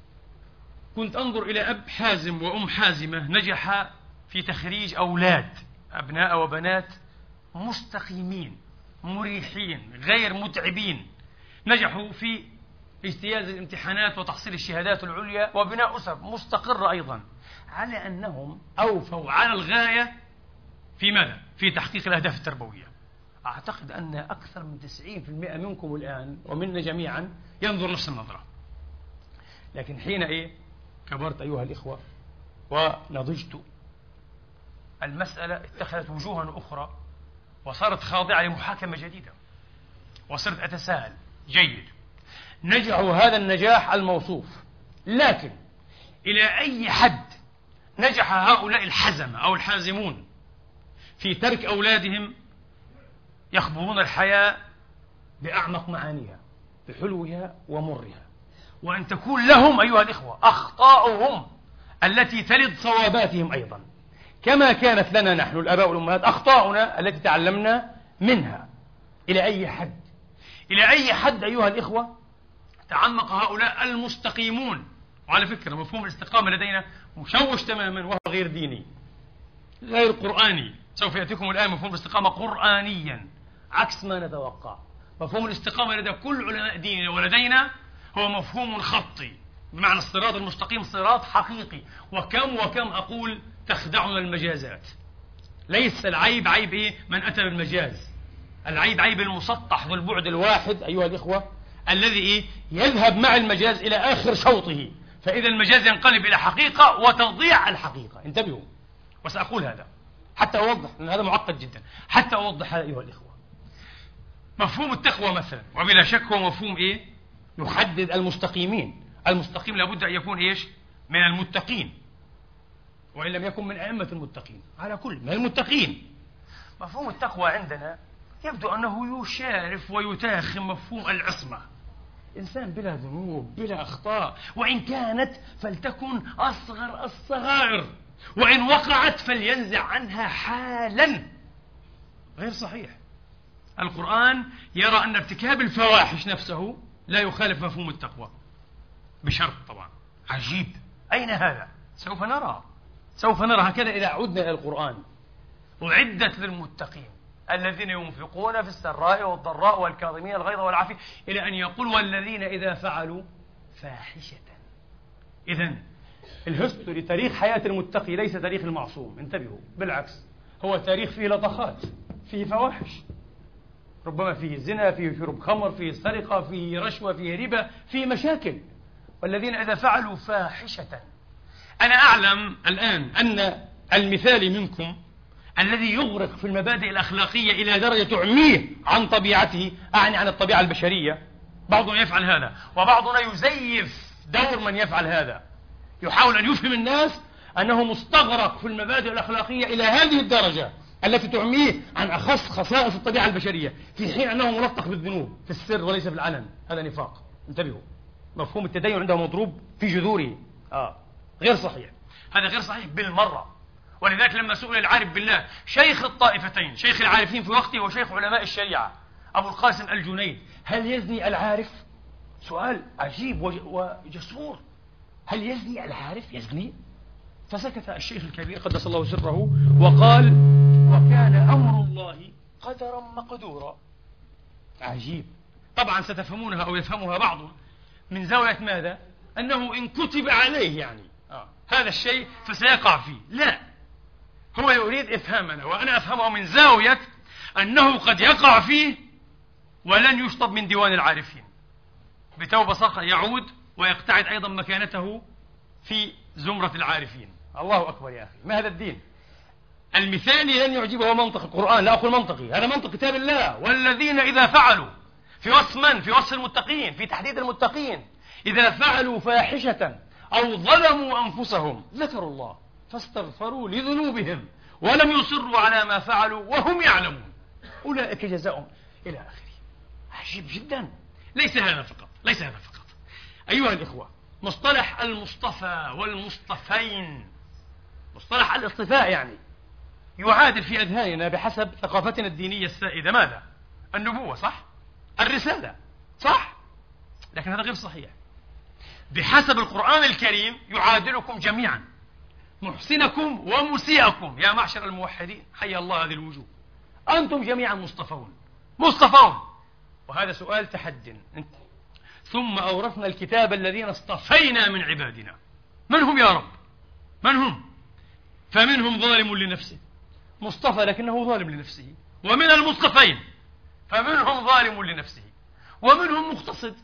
كنت أنظر إلى أب حازم وأم حازمة نجح في تخريج أولاد أبناء وبنات مستقيمين مريحين غير متعبين، نجحوا في اجتياز الامتحانات وتحصيل الشهادات العليا وبناء أسر مستقرة أيضا، على أنهم أوفوا على الغاية في ماذا؟ في تحقيق الأهداف التربوية. أعتقد أن أكثر من تسعين بالمئة منكم الآن ومنا جميعا ينظر نفس النظرة. لكن حين إيه؟ كبرت أيها الإخوة ونضجت، المسألة اتخذت وجوها أخرى وصارت خاضعة لمحاكمة جديدة، وصرت أتساءل جيد، نجحوا هذا النجاح الموصوف، لكن إلى أي حد نجح هؤلاء الحزمة أو الحازمون في ترك أولادهم يخبرون الحياة بأعمق معانيها، بحلوها ومرها، وأن تكون لهم أيها الإخوة أخطاؤهم التي تلد صواباتهم أيضا، كما كانت لنا نحن الآباء والأمهات أخطاؤنا التي تعلمنا منها. إلى أي حد؟ إلى أي حد أيها الإخوة تعمق هؤلاء المستقيمون وعلى فكرة مفهوم الاستقامة لدينا مشوش تماما وهو غير ديني غير قرآني. سوف يأتيكم الآن مفهوم الاستقامة قرآنيا عكس ما نتوقع. مفهوم الاستقامة لدى كل علماء ديننا ولدينا هو مفهوم خطي، بمعنى الصراط المستقيم صراط حقيقي. وكم وكم أقول تخدعنا المجازات. ليس العيب عيب إيه؟ من أتى بالمجاز. العيب عيب المسطح ذو البعد الواحد أيها الإخوة، الذي إيه؟ يذهب مع المجاز إلى آخر شوطه، فإذا المجاز ينقلب إلى حقيقة وتضيع الحقيقة. انتبهوا، وسأقول هذا حتى أوضح، لأن هذا معقد جدا، حتى أوضح هذا أيها الإخوة. مفهوم التقوى مثلا، وبلا شك هو مفهوم إيه؟ يحدد المستقيمين. المستقيم لابد أن يكون إيش؟ من المتقين، وإن لم يكن من أئمة المتقين، على كل من المتقين. مفهوم التقوى عندنا يبدو أنه يشارف ويتاخم مفهوم العصمة. إنسان بلا ذنوب بلا أخطاء، وإن كانت فلتكن أصغر الصغائر، وإن وقعت فلينزع عنها حالا. غير صحيح. القرآن يرى أن ارتكاب الفواحش نفسه لا يخالف مفهوم التقوى، بشرط طبعا. عجيب، أين هذا؟ سوف نرى سوف نرى هكذا إذا عدنا إلى القرآن. أعدت للمتقين الذين ينفقون في السراء والضراء والكاظمين الغيظ والعافية، إلى أن يقول والذين إذا فعلوا فاحشة. إذن الهستوري تاريخ حياة المتقي ليس تاريخ المعصوم، انتبهوا، بالعكس هو تاريخ فيه لطخات، فيه فواحش، ربما فيه زنا، فيه شرب خمر، فيه سرقة، فيه رشوة، فيه ربا، فيه مشاكل. والذين إذا فعلوا فاحشة. أنا أعلم الآن أن المثالي منكم الذي يغرق في المبادئ الأخلاقية إلى درجة تعميه عن طبيعته، أعني عن الطبيعة البشرية، بعضنا يفعل هذا، وبعضنا يزيف دور من يفعل هذا، يحاول أن يفهم الناس أنه مستغرق في المبادئ الأخلاقية إلى هذه الدرجة التي تعميه عن أخص خصائص الطبيعة البشرية، في حين أنه ملطخ بالذنوب في السر وليس في العلن. هذا نفاق. انتبهوا، مفهوم التدين عنده مضروب في جذوره. آه غير صحيح، هذا غير صحيح بالمرة. ولذلك لما سئل العارف بالله شيخ الطائفتين، شيخ العارفين في وقته وشيخ علماء الشريعة، أبو القاسم الجنيد، هل يزني العارف؟ سؤال عجيب وجسور. هل يزني العارف؟ يزني؟ فسكت الشيخ الكبير قدس الله سره وقال وكان أمر الله قدرا مقدورا. عجيب. طبعا ستفهمونها أو يفهمها بعضهم من زاوية ماذا؟ أنه إن كتب عليه يعني آه. هذا الشيء فسيقع فيه. لا، هو يريد إفهامنا وأنا أفهمه من زاوية أنه قد يقع فيه ولن يشطب من ديوان العارفين، بتوبة صخرة يعود ويقتعد أيضا مكانته في زمرة العارفين. الله أكبر يا أخي، ما هذا الدين؟ المثالي لن يعجبه منطق القرآن، لا أقول منطقي، هذا منطق كتاب الله. والذين إذا فعلوا، في وصف من؟ في وصف المتقين، في تحديد المتقين. إذا فعلوا فاحشة أو ظلموا أنفسهم ذكروا الله فاستغفروا لذنوبهم ولم يصروا على ما فعلوا وهم يعلمون أولئك جزاؤهم إلى آخره. عجيب جدا. ليس هذا فقط، ليس هذا فقط أيها الإخوة. مصطلح المصطفى والمصطفين، مصطلح الاصطفاء يعني يعادل في أذهاننا بحسب ثقافتنا الدينية السائدة ماذا؟ النبوة، صح؟ الرسالة، صح؟ لكن هذا غير صحيح. بحسب القرآن الكريم يعادلكم جميعا، محسنكم ومسيئكم يا معشر الموحدين، حي الله هذه الوجوه. أنتم جميعا مصطفون، مصطفون. وهذا سؤال تحد. ثم أورثنا الكتاب الذين اصطفينا من عبادنا. من هم يا رب؟ من هم؟ فمنهم ظالم لنفسه، مصطفى لكنه ظالم لنفسه. ومن المصطفين فمنهم ظالم لنفسه، ومنهم مقتصد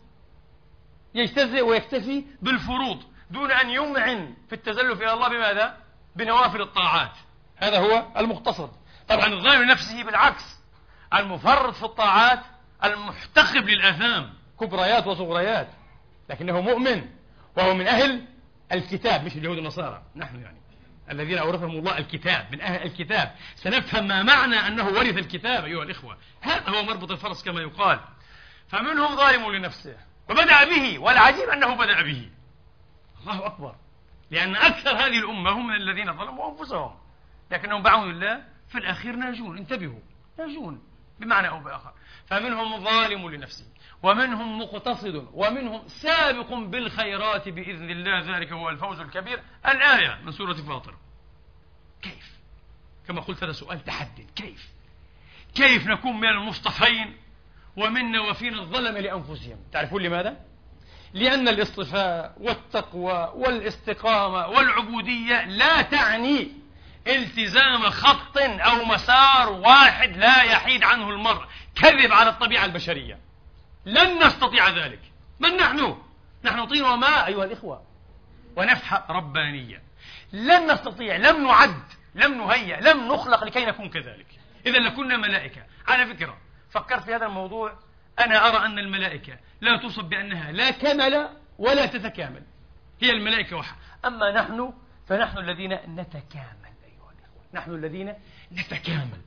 يجتزئ ويكتفي بالفروض دون أن يمعن في التزلف إلى الله بماذا؟ بنوافل الطاعات. هذا هو المقتصد. طبعا الظالم لنفسه بالعكس، المفرط في الطاعات، المحتقب للآثام، كبريات وصغريات، لكنه مؤمن وهو من أهل الكتاب، مش اليهود والنصارى، نحن يعني الذين أورثهم الله الكتاب، من أهل الكتاب. سنفهم ما معنى أنه ورث الكتاب أيها الإخوة. هذا هو مربط الفرس كما يقال. فمنهم ظالم لنفسه وبدأ به، والعجيب أنه بدأ به. الله أكبر. لأن أكثر هذه الأمة هم من الذين ظلموا أنفسهم، لكنهم بعون الله في الأخير ناجون. انتبهوا، ناجون بمعنى أو بآخر. فمنهم ظالم لنفسه ومنهم مقتصد ومنهم سابق بالخيرات بإذن الله، ذلك هو الفوز الكبير. الآية من سورة فاطر. كيف؟ كما قلت هذا سؤال تحدي. كيف؟ كيف نكون من المصطفين ومنا وفينا الظلم لأنفسهم؟ تعرفون لماذا؟ لأن الاصطفاء والتقوى والاستقامة والعبودية لا تعني التزام خط أو مسار واحد لا يحيد عنه المرء. كذب على الطبيعة البشرية، لن نستطيع ذلك. من نحن؟ نحن طين وماء أيها الإخوة، ونفحة ربانية. لن نستطيع، لم نعد، لم نهيأ، لم نخلق لكي نكون كذلك. إذا لكنا ملائكة. على فكرة فكرت في هذا الموضوع، أنا أرى أن الملائكة لا توصف بأنها لا كمل ولا تتكامل، هي الملائكة وحده. أما نحن فنحن الذين نتكامل أيها الإخوة، نحن الذين نتكامل.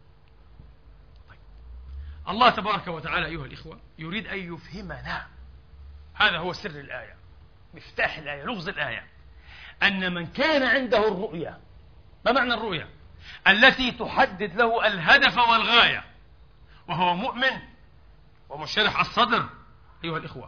طيب. الله تبارك وتعالى أيها الإخوة يريد أن يفهمنا، هذا هو سر الآية، مفتاح الآية، لغز الآية، أن من كان عنده الرؤية. ما معنى الرؤية؟ التي تحدد له الهدف والغاية، وهو مؤمن ومنشرح الصدر أيها الإخوة،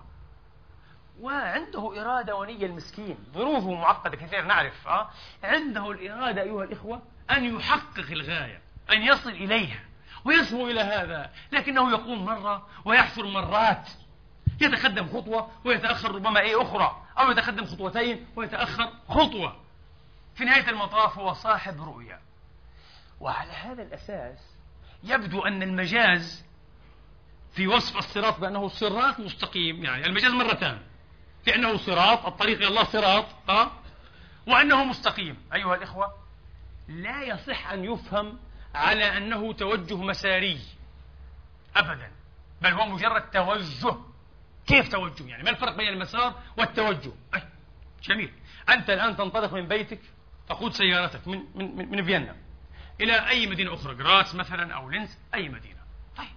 وعنده إرادة ونية. المسكين ظروفه معقدة كثير نعرف، أه؟ عنده الإرادة أيها الإخوة أن يحقق الغاية، أن يصل إليها ويصبو إلى هذا، لكنه يقوم مرة ويحفر مرات، يتقدم خطوة ويتأخر ربما أي أخرى، أو يتقدم خطوتين ويتأخر خطوة. في نهاية المطاف هو صاحب رؤية. وعلى هذا الأساس يبدو أن المجاز في وصف الصراط بأنه صراط مستقيم، يعني المجاز مرتان، في أنه صراط، الطريق إلى الله صراط، أه؟ وأنه مستقيم. أيها الإخوة لا يصح أن يفهم على أنه توجه مساري أبدا، بل هو مجرد توجه. كيف توجه؟ يعني ما الفرق بين المسار والتوجه؟ أي جميل. أنت الآن تنطلق من بيتك، تقود سيارتك من من من, من فيينا إلى أي مدينة أخرى، جراس مثلا أو لينز، أي مدينة. طيب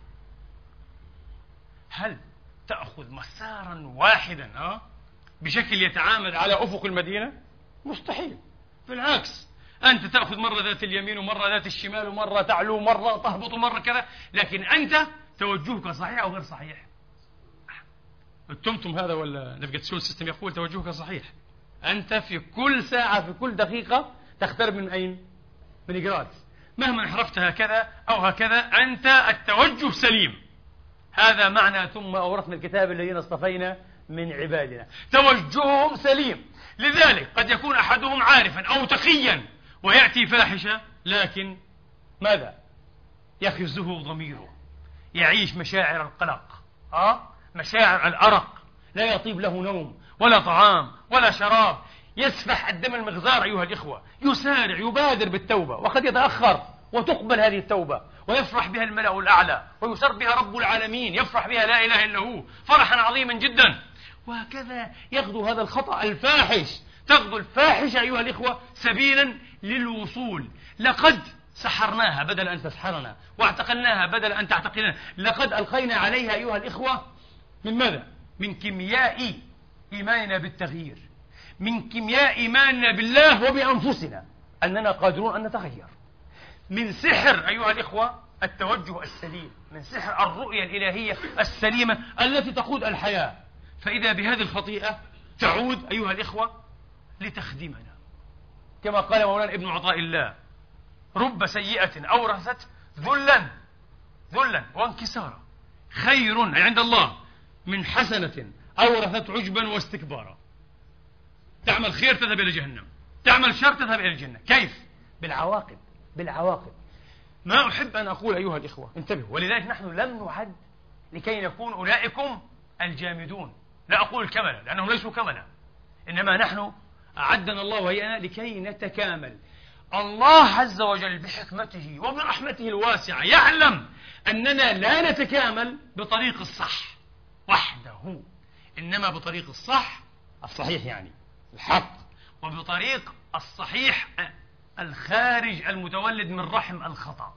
هل تأخذ مسارا واحدا أه؟ بشكل يتعامد على أفق المدينة؟ مستحيل. بالعكس، أنت تأخذ مرة ذات اليمين ومرة ذات الشمال ومرة تعلو ومرة تهبط ومرة كذا، لكن أنت توجهك صحيح أو غير صحيح؟ التمتم هذا ولا نافيجيشن سيستم يقول توجهك صحيح. أنت في كل ساعة في كل دقيقة تقترب من أين؟ من جراس. مهما انحرفت هكذا أو هكذا أنت التوجه سليم. هذا معنى ثم أورثنا الكتاب الذين اصطفينا من عبادنا، توجههم سليم. لذلك قد يكون أحدهم عارفا أو تقيا ويأتي فاحشة، لكن ماذا؟ يخزه ضميره، يعيش مشاعر القلق، أه؟ مشاعر الأرق، لا يطيب له نوم ولا طعام ولا شراب، يسفح الدم المغزار أيها الإخوة، يسارع يبادر بالتوبة، وقد يتأخر وتقبل هذه التوبة ويفرح بها الملأ الأعلى ويسر بها رب العالمين، يفرح بها لا إله إلا هو فرحا عظيما جدا. وهكذا يغدو هذا الخطأ الفاحش، تغدو الفاحشة أيها الإخوة سبيلا للوصول. لقد سحرناها بدل أن تسحرنا، واعتقلناها بدل أن تعتقلنا. لقد ألقينا عليها أيها الإخوة من ماذا؟ من كيمياء إيماننا بالتغيير، من كيمياء إيماننا بالله وبأنفسنا أننا قادرون أن نتغير، من سحر أيها الإخوة التوجه السليم، من سحر الرؤية الإلهية السليمة التي تقود الحياة. فإذا بهذه الخطيئة تعود أيها الإخوة لتخدمنا، كما قال مولانا ابن عطاء الله: رب سيئة أورثت ذلا ذلا وانكسارا خير عند الله من حسنة أورثت عجبا واستكبارا. تعمل خير تذهب إلى جهنم، تعمل شر تذهب إلى الجنة. كيف؟ بالعواقب، بالعواقب. ما أحب أن أقول أيها الإخوة انتبهوا، ولذلك نحن لم نعد لكي نكون أولئكم الجامدون، لا أقول الكملة لأنهم ليسوا كملة، إنما نحن أعدنا الله وهيئنا لكي نتكامل. الله عز وجل بحكمته وبرحمته الواسعة يعلم أننا لا نتكامل بطريق الصح وحده، إنما بطريق الصح الصحيح يعني الحق، وبطريق الصحيح الخارج المتولد من رحم الخطأ.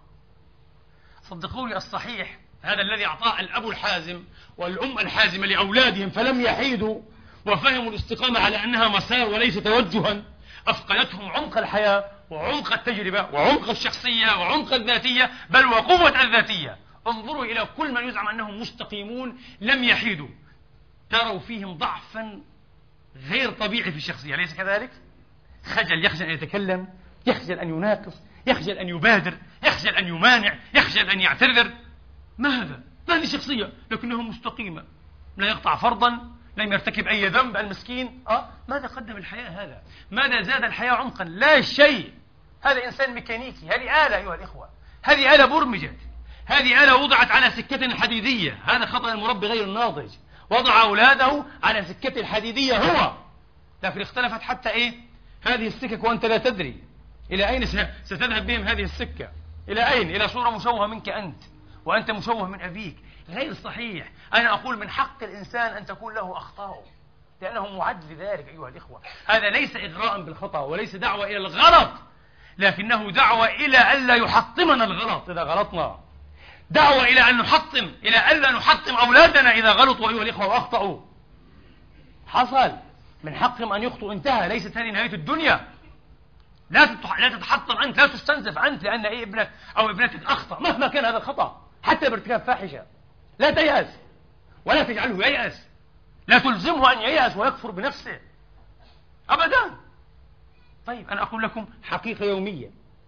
صدقوني الصحيح هذا الذي أعطاه الأب الحازم والأم الحازمة لأولادهم فلم يحيدوا وفهموا الاستقامة على أنها مسار وليس توجها، أفقدتهم عمق الحياة وعمق التجربة وعمق الشخصية وعمق الذاتية، بل وقوة الذاتية. انظروا إلى كل من يزعم أنهم مستقيمون لم يحيدوا، تروا فيهم ضعفا غير طبيعي في الشخصية، أليس كذلك؟ خجل، يخجل أن يتكلم، يخجل أن يناقش، يخجل أن يبادر، يخجل أن يمانع، يخجل أن يعتذر. ما هذا؟ هذه شخصية لكنه مستقيمة، لا يقطع فرضا، لم يرتكب أي ذنب المسكين. أه؟ ماذا قدم الحياة هذا؟ ماذا زاد الحياة عمقا؟ لا شيء. هذا إنسان ميكانيكي، هذه آلة أيها الإخوة، هذه آلة برمجت، هذه آلة وضعت على سكة حديدية. هذا خطأ المربي غير الناضج، وضع أولاده على سكة الحديدية هو، لكن اختلفت حتى إيه هذه السكك وأنت لا تدري إلى أين ستذهب بهم هذه السكة، إلى أين؟ إلى صورة مشوهة منك أنت، وأنت مشوه من أبيك. غير صحيح. أنا أقول من حق الإنسان أن تكون له أخطاء، لأنه معد لذلك أيها الإخوة. هذا ليس إغراء بالخطأ، وليس دعوة إلى الغلط، لكنه دعوة إلى ألا يحطمنا الغلط إذا غلطنا، دعوة إلى أن نحطم، إلى ألا نحطم أولادنا إذا غلطوا أيها الإخوة وأخطأوا. حصل، من حقهم أن يخطئوا، انتهى، ليست هذه نهاية الدنيا. لا لا تتحطم أنت، لا تستنزف أنت لأن إيه ابنك أو ابنتك أخطأ مهما كان هذا الخطأ، حتى بارتكاب فاحشة. لا تيأس ولا تجعله ييأس، لا تلزمه أن ييأس ويكفر بنفسه أبدا. طيب أنا أقول لكم حقيقة يومية،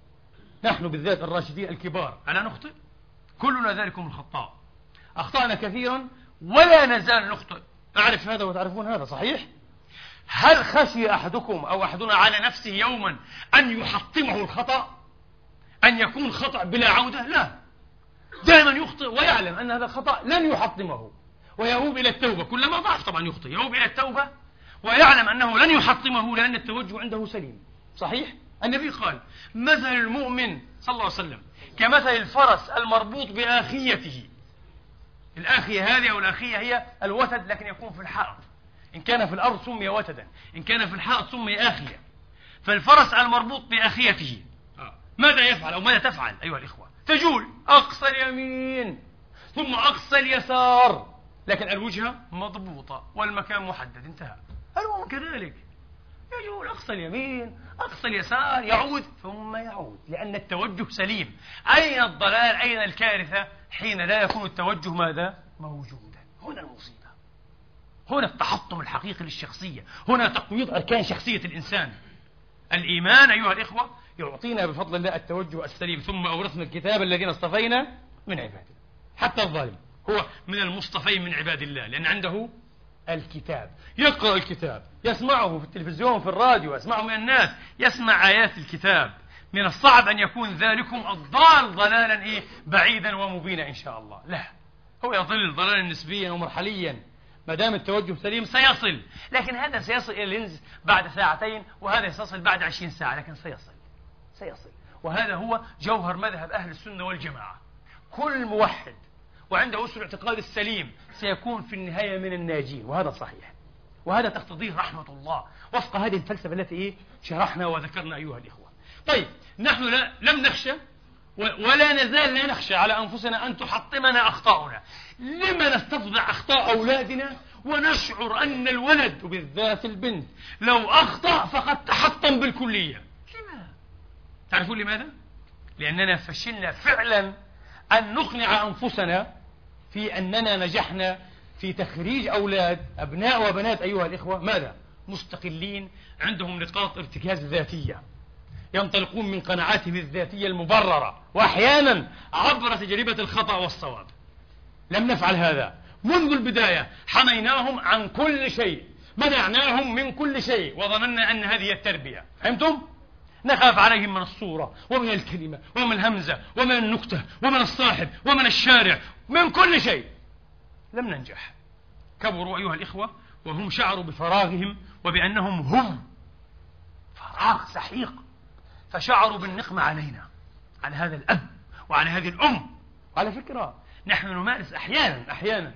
نحن بالذات الراشدين الكبار ألا نخطئ؟ كلنا ذلكم الخطاء، أخطأنا كثيرا ولا نزال نخطئ، أعرف هذا وتعرفون هذا، صحيح؟ هل خشي أحدكم أو أحدنا على نفسه يوما أن يحطمه الخطأ، أن يكون خطأ بلا عودة؟ لا، دائما يخطئ ويعلم أن هذا الخطأ لن يحطمه، ويؤوب إلى التوبة. كلما ضعف طبعا يخطئ، يؤوب إلى التوبة ويعلم أنه لن يحطمه لأن التوجه عنده سليم. صحيح؟ النبي قال مثل المؤمن صلى الله عليه وسلم كمثل الفرس المربوط بآخيته. الآخية هذه أو الآخية هي الوتد، لكن يكون في الحائط. إن كان في الأرض سمي وتدا، إن كان في الحائط سمي آخية. فالفرس المربوط بآخيته ماذا يفعل أو ماذا تفعل أيها الإخوة؟ تجول أقصى اليمين ثم أقصى اليسار، لكن الوجهة مضبوطة والمكان محدد، انتهى. المؤمن كذلك يجول أقصى اليمين أقصى اليسار، يعود ثم يعود، لأن التوجه سليم. أين الضلال، أين الكارثة؟ حين لا يكون التوجه ماذا؟ موجودا. هنا المصيبة، هنا التحطم الحقيقي للشخصية، هنا تقويض أركان شخصية الإنسان. الإيمان أيها الإخوة يعطينا بفضل الله التوجه السليم، ثم أورثنا الكتاب الذين اصطفينا من عبادنا. حتى الظالم هو من المصطفين من عباد الله، لأن عنده الكتاب، يقرأ الكتاب، يسمعه في التلفزيون في الراديو، يسمعه من الناس، يسمع آيات الكتاب. من الصعب أن يكون ذلكم الضال ضلالا إيه بعيدا ومبينا إن شاء الله. لا، هو يضل ضلالا نسبيا ومرحليا، ما دام التوجه سليم سيصل، لكن هذا سيصل إلى اللينز بعد ساعتين، وهذا سيصل بعد عشرين ساعة، لكن سيصل سيصل وهذا هو جوهر مذهب أهل السنة والجماعة. كل موحد وعنده أسر الاعتقاد السليم سيكون في النهاية من الناجين، وهذا صحيح، وهذا تقتضيه رحمة الله وفق هذه الفلسفة التي إيه شرحنا وذكرنا أيها الإخوة. طيب نحن لا لم نخشى ولا نزال لا نخشى على أنفسنا أن تحطمنا أخطاؤنا. لما نستفضع أخطاء أولادنا ونشعر أن الولد وبالذات البنت لو أخطأ فقد تحطم بالكلية؟ لماذا؟ تعرفون لماذا؟ لأننا فشلنا فعلا أن نقنع أنفسنا في أننا نجحنا في تخريج أولاد أبناء وبنات أيها الإخوة ماذا؟ مستقلين، عندهم نقاط ارتكاز ذاتية، ينطلقون من قناعاتهم الذاتية المبررة، وأحيانا عبر تجربة الخطأ والصواب. لم نفعل هذا منذ البداية، حميناهم عن كل شيء، منعناهم من كل شيء، وظننا أن هذه التربية. فهمتم؟ نخاف عليهم من الصورة ومن الكلمة ومن الهمزة ومن النكتة ومن الصاحب ومن الشارع، من كل شيء. لم ننجح. كبروا أيها الإخوة وهم شعروا بفراغهم وبأنهم هم فراغ سحيق، فشعروا بالنقمة علينا، على هذا الأب وعلى هذه الأم. على فكرة نحن نمارس أحيانا أحيانا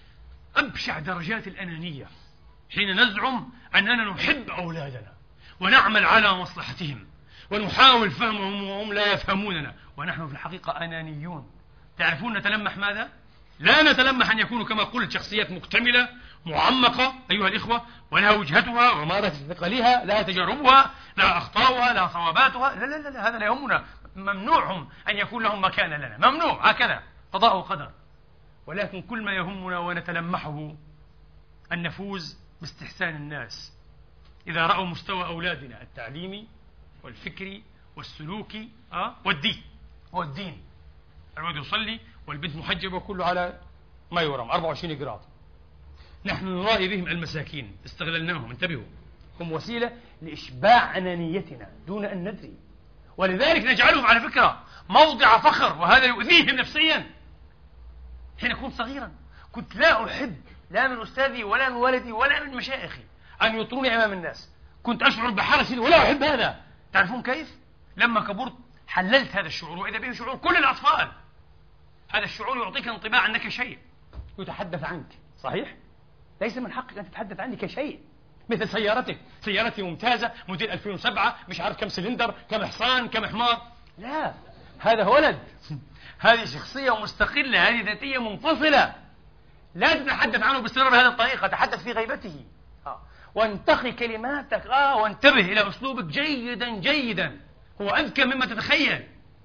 أبشع درجات الأنانية حين نزعم أننا نحب أولادنا ونعمل على مصلحتهم ونحاول فهمهم وهم لا يفهموننا، ونحن في الحقيقة أنانيون. تعرفون نتلمح ماذا؟ لا نتلمح أن يكونوا كما قلت شخصيات مكتملة معمقة أيها الإخوة، ولها وجهتها ومارة ثقلها، لها تجاربها، لها أخطاؤها، لها صواباتها. لا لا لا، هذا لا يهمنا. ممنوعهم أن يكون لهم مكان لنا، ممنوع هكذا. قضاء وقدر، ولكن كل ما يهمنا ونتلمحه أن نفوز باستحسان الناس إذا رأوا مستوى أولادنا التعليمي والفكري والسلوكي أه؟ والدين والدين الولد يصلي والبنت محجبة وكله على ما يرام أربعة وعشرين جراد. نحن نرائي بهم المساكين، استغللناهم، انتبهوا، هم وسيلة لإشباع أنانيتنا دون أن ندري، ولذلك نجعلهم على فكرة موضع فخر، وهذا يؤذيهم نفسيا. حين كنت صغيرا كنت لا أحب لا من أستاذي ولا من والدي ولا من مشايخي أن يطروني أمام الناس، كنت أشعر بحرج ولا أحب هذا. تعرفون كيف؟ لما كبرت حللت هذا الشعور، وإذا به شعور كل الأطفال. هذا الشعور يعطيك انطباع أنك شيء يتحدث عنك، صحيح؟ ليس من حقك أن تتحدث عني كشيء، مثل سيارتك، سيارتي ممتازة موديل ألفين وسبعة، مش عارف كم سلندر، كم حصان، كم حمار. لا، هذا ولد هذه شخصية مستقلة، هذه ذاتية منفصلة، لا تتحدث عنه باستمرار بهذه الطريقة، تحدث في غيبته آه. وانتقي كلماتك آه وانتبه إلى أسلوبك جيدا جيدا، هو أذكى مما تتخيل.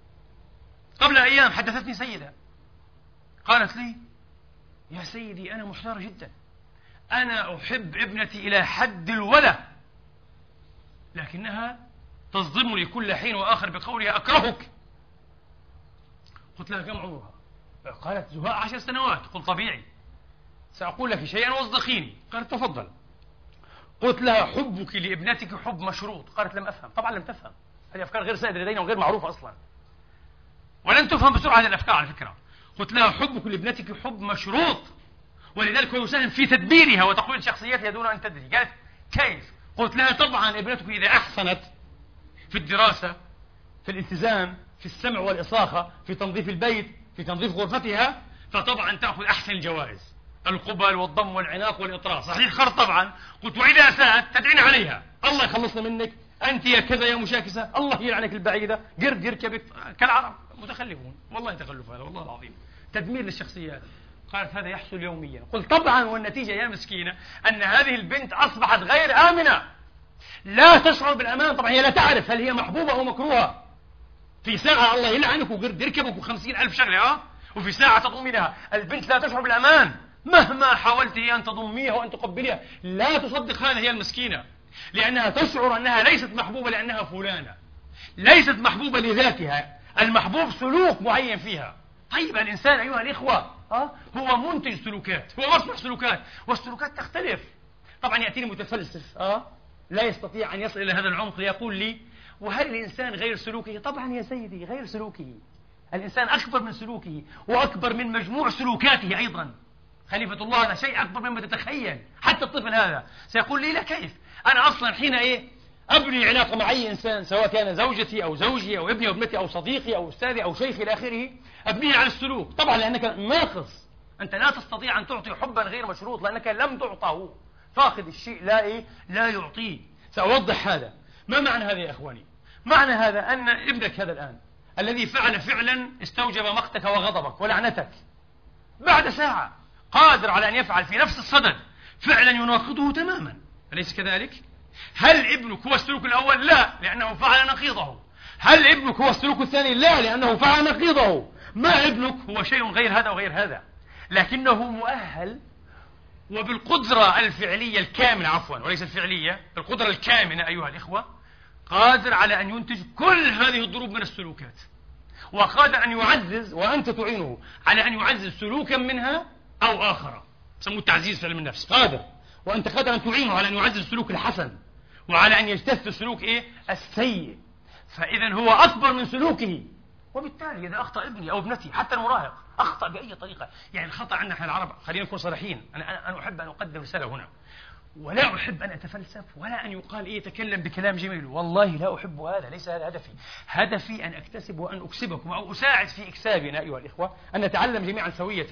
قبل أيام حدثتني سيدة قالت لي: يا سيدي أنا محتارة جدا، أنا أحب ابنتي إلى حد الولا، لكنها تصدمني كل حين وآخر بقولها أكرهك. قلت لها: كم عمرها؟ قالت: زهاء عشر سنوات. قلت: طبيعي، سأقول لك شيئا واصدقيني. قالت: تفضل. قلت لها: حبك لابنتك حب مشروط. قالت: لم أفهم. طبعا لم تفهم، هذه أفكار غير سائدة لدينا وغير معروفة أصلا، ولن تفهم بسرعة هذه الأفكار على فكرة. قلت لها: حبك لابنتك حب مشروط، ولذلك هو يساهم في تدبيرها وتقويض شخصيتها دون أن تدري. قالت: كيف؟ قلت لها: طبعا ابنتك إذا أحسنت في الدراسة، في الالتزام، في السمع والإصاخة، في تنظيف البيت، في تنظيف غرفتها، فطبعا تأخذ أحسن الجوائز، القبل والضم والعناق والإطراء، صحيح خر طبعا. قلت: وإذا أساءت تدعين عليها، الله يخلصنا منك، أنت يا كذا يا مشاكسة، الله يلعنك البعيدة، قرد يركبك كالعرب، متخلفون، والله تخلف هذا والله العظيم، تدمير للشخصيات. قالت: هذا يحصل يوميا. قلت: طبعا، والنتيجة يا مسكينة أن هذه البنت أصبحت غير آمنة، لا تشعر بالأمان. طبعا هي لا تعرف هل هي محبوبة أو مكروهة. في ساعة الله يلعنك وقرد يركبك وخمسين ألف شغلة أه وفي ساعة تضمي لها. البنت لا تشعر بالأمان، مهما حاولت هي أن تضميها وأن تقبلها لا تصدق هذا، هي المسكينة، لأنها تشعر أنها ليست محبوبة لأنها فلانة، ليست محبوبة لذاتها، المحبوب سلوك معين فيها. طيب الإنسان أيها الإخوة أه؟ هو منتج سلوكات، هو مصنع سلوكات، والسلوكات تختلف. طبعا يأتيني متفلسف أه؟ لا يستطيع أن يصل إلى هذا العمق ليقول لي: وهل الإنسان غير سلوكه؟ طبعا يا سيدي غير سلوكه، الإنسان أكبر من سلوكه وأكبر من مجموع سلوكاته أيضا. خليفة الله أنا شيء أكبر مما تتخيل. حتى الطفل هذا سيقول لي: لا كيف؟ أنا أصلا حين إيه أبني علاقة مع أي إنسان، سواء كان زوجتي أو زوجي أو ابني أو ابنتي أو صديقي أو أستاذي أو شيخي إلى آخره، أبنيها على السلوك. طبعا لأنك ناقص، أنت لا تستطيع أن تعطي حبا غير مشروط لأنك لم تعطه، فاقد الشيء لا إيه لا يعطيه. سأوضح هذا. ما معنى هذا يا إخواني؟ معنى هذا أن ابنك هذا الآن الذي فعل فعلا استوجب مقتك وغضبك ولعنتك، بعد ساعة قادر على أن يفعل في نفس الصدد فعلا يناقضه تماما، أليس كذلك؟ هل ابنك هو السلوك الأول؟ لا، لأنه فعل نقيضه. هل ابنك هو السلوك الثاني؟ لا، لأنه فعل نقيضه. ما ابنك هو شيء غير هذا وغير هذا، لكنه مؤهل وبالقدرة الفعلية الكامنة، عفوا وليس الفعلية، القدرة الكامنة أيها الإخوة، قادر على أن ينتج كل هذه الضروب من السلوكات، وقادر أن يعزز، وأنت تعينه على أن يعزز سلوكا منها أو آخر، سموه التعزيز في علم النفس. قادر، وأنت قادر أن تعينه على أن يعزز السلوك الحسن وعلى أن يجتث السلوك إيه؟ السيء. فإذا هو أكبر من سلوكه. وبالتالي إذا أخطأ ابني أو ابنتي حتى المراهق أخطأ بأي طريقة، يعني الخطأ عندنا احنا العرب، خلينا نكون صريحين، أنا أنا أحب أن أقدم رسالة هنا، ولا أحب أن أتفلسف ولا أن يقال إيه يتكلم بكلام جميل، والله لا أحب هذا، ليس هذا هدفي. هدفي أن أكتسب وأن أكسبكم أو أساعد في إكسابنا أيها الإخوة، أن نتعلم جميعا سوية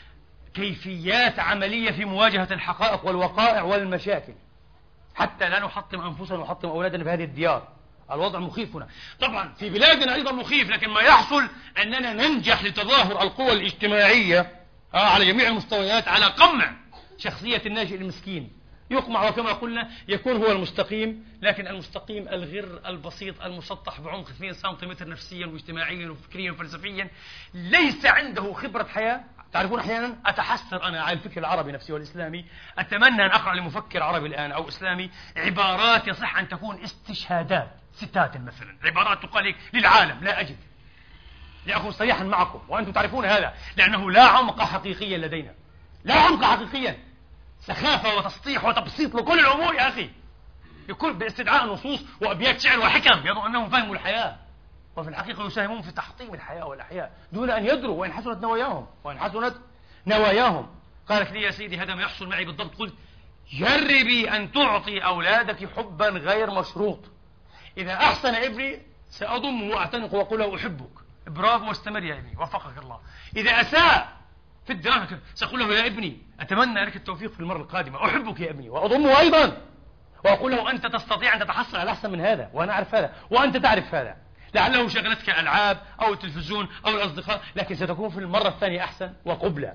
كيفيات عملية في مواجهة الحقائق والوقائع والمشاكل، حتى لا نحطم أنفسنا ونحطم أولادنا في هذه الديار. الوضع مخيف هنا، طبعا في بلادنا أيضا مخيف، لكن ما يحصل أننا ننجح لتظاهر القوى الاجتماعية على جميع المستويات على قمع شخصية الناشئ المسكين يقمع، وكما قلنا يكون هو المستقيم، لكن المستقيم الغر البسيط المسطح بعمق اثنين سنتيمتر نفسيا واجتماعيا وفكريا وفلسفيا، ليس عنده خبرة حياة. تعرفون أحيانا أتحسر أنا على الفكر العربي نفسه والإسلامي، أتمنى أن أقرأ لمفكر عربي الآن أو إسلامي عبارات يصح أن تكون استشهادات ستات مثلا، عبارات تقال للعالم، لا أجد. لأكون صريحا معكم وأنتم تعرفون هذا، لأنه لا عمق حقيقيا لدينا، لا عمق حقيقيا، سخافة وتسطيح وتبسيط لكل الأمور يا أخي، يكون باستدعاء نصوص وأبيات شعر وحكم يظن أنهم فهموا الحياة، وفي الحقيقة يساهمون في تحطيم الحياة والأحياء دون أن يدروا وإن حسنت نواياهم وإن حسنت نواياهم. قالت لي يا سيدي هذا ما يحصل معي بالضبط. قلت جربي أن تعطي أولادك حبا غير مشروط. إذا أحسن ابني سأضمه وأعتنقه وأقول له أحبك، برافو واستمر يا ابني وفقك الله. إذا أساء في الدراسة سأقول له يا ابني أتمنى لك التوفيق في المرة القادمة، أحبك يا ابني، وأضمه أيضا وأقول له أنت تستطيع أن تتحصل على أحسن من هذا، وأنا أعرف هذا وأنت تعرف هذا. لعله شغلتك ألعاب أو التلفزيون أو الأصدقاء، لكن ستكون في المرة الثانية أحسن وقبلة.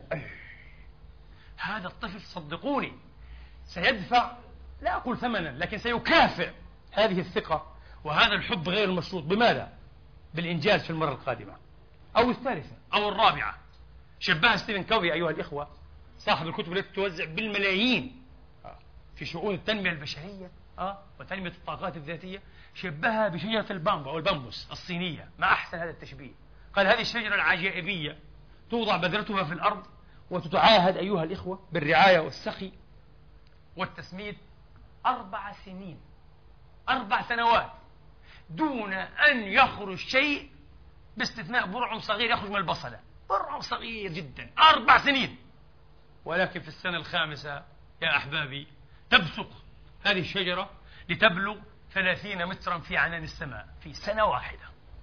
هذا الطفل صدقوني سيدفع، لا أقول ثمنا، لكن سيكافئ هذه الثقة وهذا الحب غير المشروط. بماذا؟ بالإنجاز في المرة القادمة أو الثالثة أو الرابعة. شبهها ستيفن كوفي أيها الإخوة، صاحب الكتب التي توزع بالملايين في شؤون التنمية البشرية أه؟ وتنمية الطاقات الذاتية، شبهها بشجرة البامبا أو البامبوس الصينية. ما أحسن هذا التشبيه. قال هذه الشجرة العجائبية توضع بذرتها في الأرض وتتعاهد أيها الإخوة بالرعاية والسقي والتسميد أربع سنين، أربع سنوات دون أن يخرج شيء باستثناء برع صغير يخرج من البصلة، برع صغير جدا، أربع سنين. ولكن في السنة الخامسة يا أحبابي تبصق هذه الشجرة لتبلغ ثلاثين مترا في عنان السماء في سنة واحدة.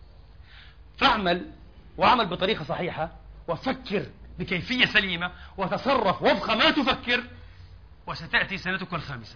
فاعمل واعمل بطريقة صحيحة وفكر بكيفية سليمة وتصرف وفق ما تفكر، وستأتي سنتك الخامسة.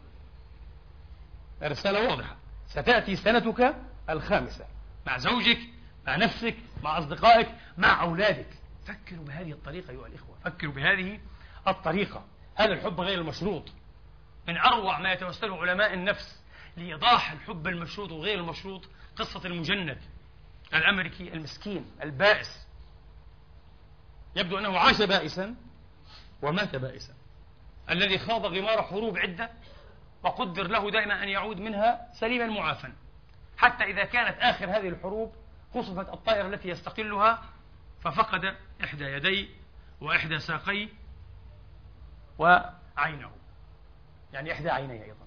الرسالة واضحة، ستأتي سنتك الخامسة مع زوجك، مع نفسك، مع أصدقائك، مع أولادك. فكروا بهذه الطريقة أيها الإخوة، فكروا بهذه الطريقة. هذا الحب غير المشروط من أروع ما يتوسله علماء النفس لإيضاح الحب المشروط وغير المشروط قصة المجند الأمريكي المسكين البائس، يبدو أنه عاش بائسا ومات بائسا، الذي خاض غمار حروب عدة وقدر له دائما أن يعود منها سليما معافا، حتى إذا كانت آخر هذه الحروب خصفت الطائرة التي يستقلها ففقد إحدى يديه وإحدى ساقيه وعينه، يعني إحدى عينيه أيضا،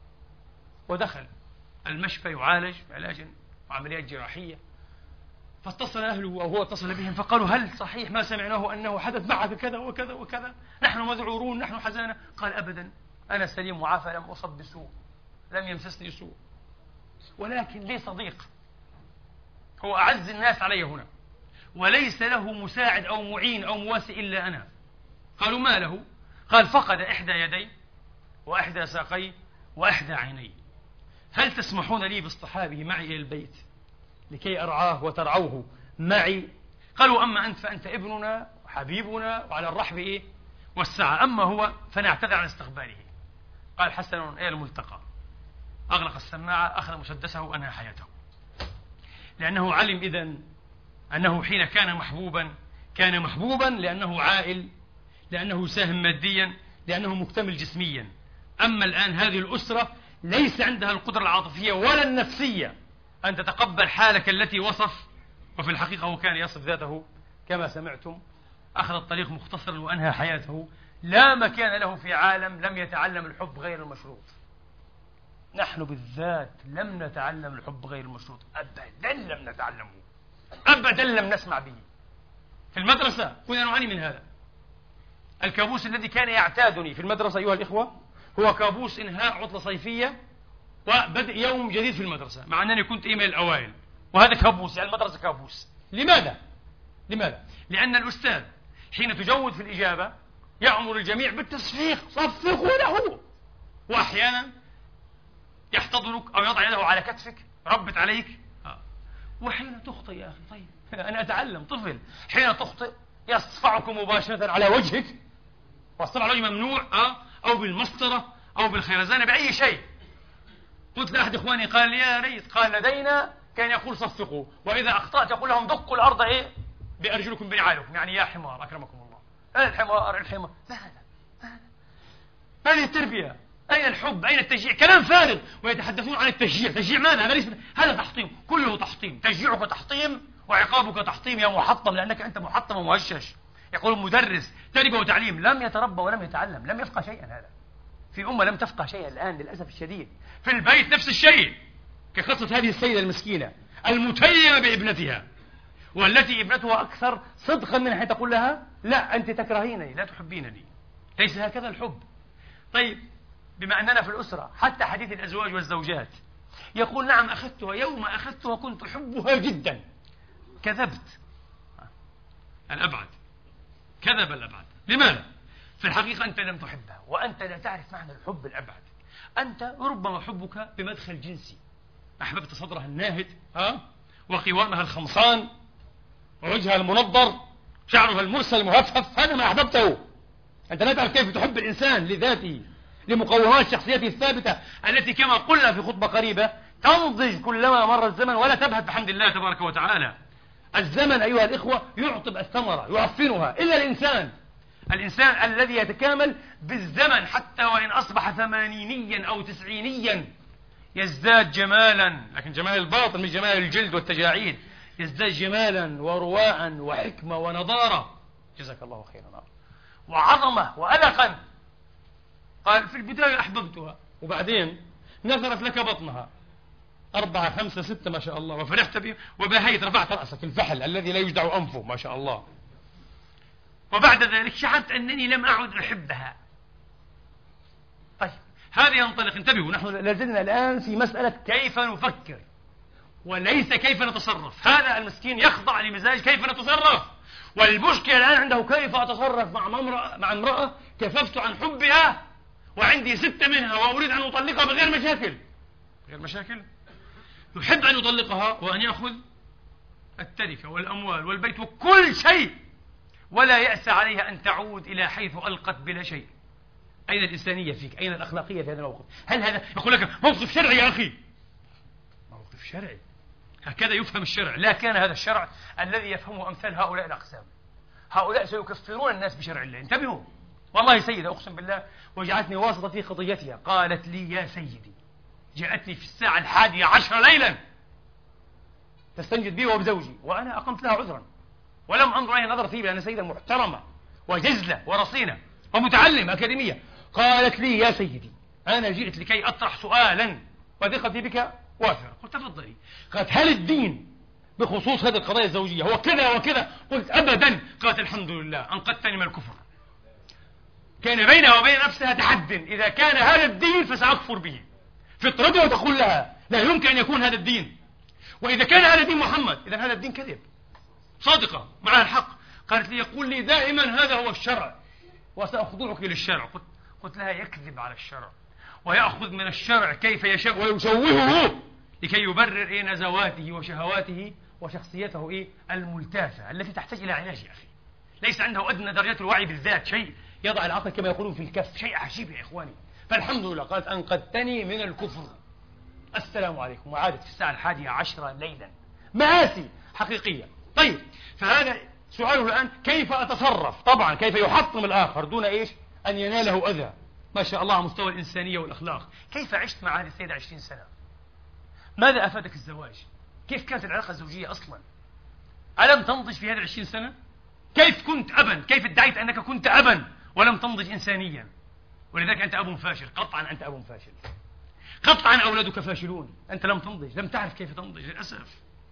ودخل المشفى يعالج علاجا وعمليات جراحية. فاتصل أهله وهو اتصل بهم فقالوا هل صحيح ما سمعناه أنه حدث معك كذا وكذا وكذا، نحن مذعورون، نحن حزانة. قال أبدا، أنا سليم معافى، لم أصب بسوء، لم يمسسني سوء، ولكن لي صديق هو أعز الناس علي هنا وليس له مساعد أو معين أو مواسي إلا أنا. قالوا ما له؟ قال فقد إحدى يدي وإحدى ساقي وإحدى عيني، هل تسمحون لي باصطحابه معي إلى البيت لكي أرعاه وترعوه معي؟ قالوا أما أنت فأنت ابننا وحبيبنا وعلى الرحب إيه والسعة، أما هو فنعتذر عن استقباله. قال حسن إلى الملتقى. أغلق السماعة، أخذ مسدسه وأنهى حياته، لأنه علم إذن أنه حين كان محبوبا كان محبوبا لأنه عائل، لأنه يساهم ماديا، لأنه مكتمل جسميا. أما الآن هذه الأسرة ليس عندها القدرة العاطفية ولا النفسية أن تتقبل حالك التي وصف، وفي الحقيقة هو كان يصف ذاته كما سمعتم. أخذ الطريق مختصرا وأنهى حياته. لا مكان له في عالم لم يتعلم الحب غير المشروط. نحن بالذات لم نتعلم الحب غير المشروط، أبدا لم نتعلمه، أبدا لم نسمع به. في المدرسة كنا نعاني من هذا. الكابوس الذي كان يعتادني في المدرسة أيها الإخوة هو كابوس إنهاء عطلة صيفية وبدء يوم جديد في المدرسة، مع أنني كنت إيه من الأوائل، وهذا كابوس، يعني المدرسة كابوس. لماذا؟ لماذا؟ لأن الأستاذ حين تجود في الإجابة يأمر الجميع بالتصفيق، صفقوا له، وأحيانا يحتضنك أو يضع يده على كتفك، ربت عليك. آه. وحين تخطئ يا أخي، طيب أنا أتعلم طفل، حين تخطئ يصفعك مباشرة على وجهك، والصفع على الوجه ممنوع، آه. أو بالمسطرة أو بالخيرزانة بأي شيء. قلت لأحد إخواني قال يا ريت، قال لدينا كان يقول صفقوا، وإذا أخطأت يقول لهم دقوا الأرض إيه بأرجلكم بنعالكم، يعني يا حمار أكرمكم الله. الحمار الحمار لا لا لا. هذه التربية. أين الحب؟ أين التشجيع؟ كلام فارغ. ويتحدثون عن التشجيع. تشجيع ماذا؟ هذا ليس، هذا تحطيم، كله تحطيم. تشجيعك تحطيم وعقابك تحطيم يا محطم، لأنك أنت محطم ومهشش. يقول مدرس تربية وتعليم لم يتربى ولم يتعلم، لم يفقه شيئا. هذا في أمة لم تفقه شيئا الآن للأسف الشديد. في البيت نفس الشيء، كقصة هذه السيدة المسكينة المتيمة بابنتها، والتي ابنتها أكثر صدقا من حين تقول لها لا أنت تكرهينني لا تحبينني. ليس هكذا الحب. طيب بما أننا في الأسرة، حتى حديث الأزواج والزوجات يقول نعم أخذتها، يوم أخذتها كنت أحبها جدا. كذبت الأبعد، كذب الأبعد. لماذا؟ في الحقيقة أنت لم تحبها، وأنت لا تعرف معنى الحب الأبعد. أنت ربما حبك بمدخل جنسي، أحببت صدرها الناهد ها؟ وقوامها الخمصان ووجهها المنضر، شعرها المرسل المهفهف، هذا ما أحببته. أنت لا تعرف كيف تحب الإنسان لذاته، لمقومات شخصيته الثابتة التي كما قلنا في خطبة قريبة تنضج كلما مر الزمن ولا تبهت بحمد الله تبارك وتعالى. الزمن أيها الإخوة يعطب الثمرة يعفنها، إلا الإنسان الإنسان الذي يتكامل بالزمن حتى وإن أصبح ثمانينيا أو تسعينيا يزداد جمالا، لكن جمال الباطن مش جمال الجلد والتجاعيد، يزداد جمالا ورواء وحكمة ونضارة. جزاك الله خيرا. وعظمة وألقا. قال في البداية أحببتها، وبعدين نثرت لك بطنها أربعة خمسة ستة ما شاء الله، وفرحت به وبهيت، رفعت رأسك الفحل الذي لا يجدع أنفه ما شاء الله. وبعد ذلك شعرت أنني لم أعد أحبها. طيب هذا ينطلق. انتبهوا، نحن لازلنا الآن في مسألة كيف نفكر وليس كيف نتصرف. هذا المسكين يخضع لمزاج كيف نتصرف، والمشكلة الآن عنده كيف أتصرف مع امرأة مع امرأة كففت عن حبها وعندي ستة منها وأريد أن أطلقها بغير مشاكل. غير مشاكل. يحب أن يطلقها وأن يأخذ التركة والأموال والبيت وكل شيء، ولا يأس عليها أن تعود إلى حيث ألقت بلا شيء. أين الإنسانية فيك؟ أين الأخلاقية في هذا الموقف؟ هل هذا يقول لك موقف شرعي يا أخي؟ موقف شرعي، هكذا يفهم الشرع. لا كان هذا الشرع الذي يفهمه أمثال هؤلاء الأقسام. هؤلاء سيكفرون الناس بشرع الله. انتبهوا. والله سيدة أقسم بالله وجعلتني واسطة في قضيتها، قالت لي يا سيدي، جاءتني في الساعة الحادية عشر ليلا تستنجد بي وبزوجي، وأنا أقمت لها عذرا ولم أنظر إليها نظر طيب، لأن سيدة محترمة وجزلة ورصينة ومتعلمة أكاديمية. قالت لي يا سيدي أنا جئت لكي أطرح سؤالا وثقتي بك وافرة. قلت تفضلي. قالت هل الدين بخصوص هذه القضايا الزوجية هو كذا وكذا؟ قلت أبدا. قالت الحمد لله أنقذتني من الكفر. كان بينها وبين نفسها تحد، إذا كان هذا الدين فسأكفر به. فطرتها تقول لها لا يمكن أن يكون هذا الدين، وإذا كان هذا دين محمد إذا هذا الدين كذب. صادقة معها الحق. قالت لي يقول لي دائما هذا هو الشرع وسأخضعك للشرع. قلت, قلت لها يكذب على الشرع ويأخذ من الشرع كيف يشاء ويشوهه لكي يبرر إيه نزواته وشهواته وشخصيته إيه الملتافة التي تحتاج إلى علاج يا أخي. ليس عنده أدنى درجات الوعي بالذات، شيء يضع العقل كما يقولون في الكف، شيء عجيب يا إخواني. فالحمد لله قالت أنقذتني من الكفر، السلام عليكم، وعادت في الساعة الحادية عشرة ليلا. مآسي حقيقية. طيب فهذا سؤاله الآن كيف أتصرف؟ طبعا كيف يحطم الآخر دون إيش أن يناله أذى. ما شاء الله على مستوى الإنسانية والأخلاق. كيف عشت مع هذه السيدة عشرين سنة؟ ماذا أفادك الزواج؟ كيف كانت العلاقة الزوجية أصلا؟ ألم تنضج في هذه العشرين سنة؟ كيف كنت أبا؟ كيف ادعيت أنك كنت أبا ولم تنضج إنسانيا؟ ولذلك أنت أب فاشل. قطعا أنت أب فاشل، قطعا أولادك فاشلون. أنت لم تنضج، لم تعرف كيف تنضج للأسف.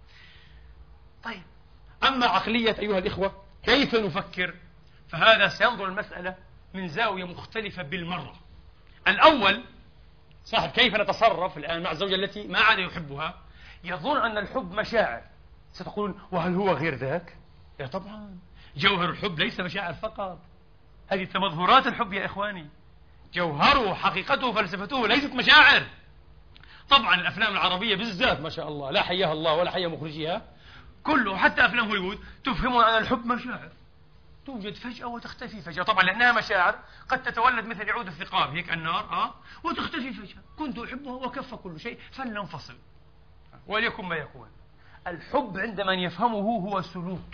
طيب أما عقلية أيها الإخوة كيف نفكر، فهذا سينظر المسألة من زاوية مختلفة بالمرة. الأول صاحب كيف نتصرف الآن مع الزوجة التي ما عاد يحبها، يظن أن الحب مشاعر. ستقولون وهل هو غير ذاك؟ يا طبعا جوهر الحب ليس مشاعر فقط، هذه تمظهرات الحب يا إخواني. جوهره حقيقته فلسفته ليست مشاعر. طبعا الأفلام العربية بالذات ما شاء الله لا حياها الله ولا حيا مخرجيها، كله حتى أفلام هوليوود تفهمون أن الحب مشاعر. توجد فجأة وتختفي فجأة، طبعا لأنها مشاعر قد تتولد مثل عود الثقاب هيك النار آه وتختفي فجأة. كنت أحبه وكف كل شيء فلننفصل وليكن ما يكون. الحب عند من يفهمه هو سلوك،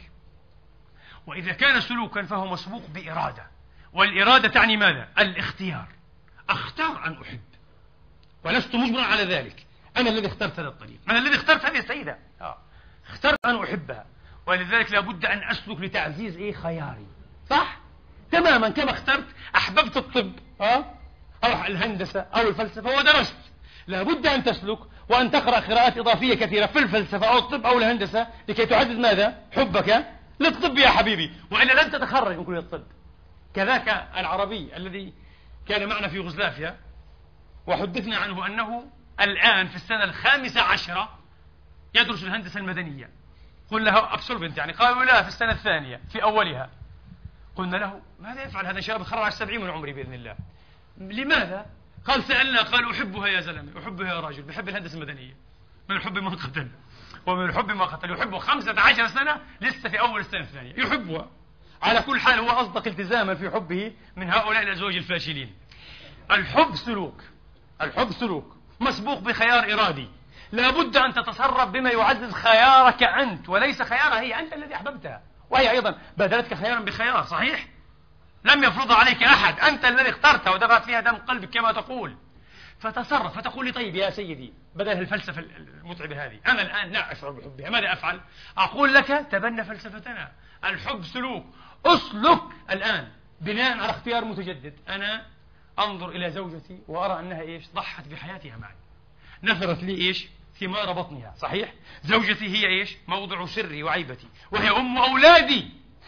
وإذا كان سلوكا فهو مسبوق بإرادة، والإرادة تعني ماذا؟ الاختيار. أختار أن أحب ولست مجبرا على ذلك، أنا الذي اخترت هذا الطريق، أنا الذي اخترت هذه السيدة آه. اخترت أن أحبها، ولذلك لابد أن أسلك لتعزيز إيه خياري. صح؟ تماما كما اخترت أحببت الطب آه؟ أو الهندسة أو الفلسفة ودرست، لابد أن تسلك وأن تقرأ قراءات إضافية كثيرة في الفلسفة أو الطب أو الهندسة لكي تعزز ماذا؟ حبك للطب يا حبيبي، وإلا لن تتخرج من كلية الطب. كذاك العربي الذي كان معنا في يوغوسلافيا وحدثنا عنه أنه الآن في السنة الخامسة عشرة يدرس الهندسة المدنية. قلنا له أبسولفنت يعني، قالوا لا في السنة الثانية في أولها. قلنا له ماذا يفعل هذا الشاب خرج على السبعين من عمري بإذن الله؟ لماذا؟ قال سألنا، قال أحبها يا زلمة، أحبها يا راجل، بحب الهندسة المدنية، من الحب ما قتل ومن الحب ما قتل، يحبه خمسة عشر سنة لسه في أول السنة الثانية يحبها. على كل حال هو أصدق التزاما في حبه من هؤلاء الأزواج الفاشلين. الحب سلوك، الحب سلوك مسبوق بخيار إرادي، لابد أن تتصرف بما يعزز خيارك أنت وليس خيارها هي، أنت الذي أحببتها، وهي أيضا بادلتك خيارا بخيار. صحيح؟ لم يفرض عليك أحد، أنت الذي اخترتها ودفعت فيها دم قلبك كما تقول. فتصرف، فتقول لي طيب يا سيدي بدل الفلسفة المتعبة هذه أنا الآن لا أشعر بحبها، ماذا أفعل؟ أقول لك تبنى فلسفتنا، الحب سلوك، أسلك الآن بناء على اختيار متجدد. أنا أنظر إلى زوجتي وأرى أنها إيش؟ ضحت بحياتها معي، نثرت لي إيش؟ ثمار بطنها. صحيح؟ زوجتي هي إيش؟ موضع سري وعيبتي، وهي أم أولادي.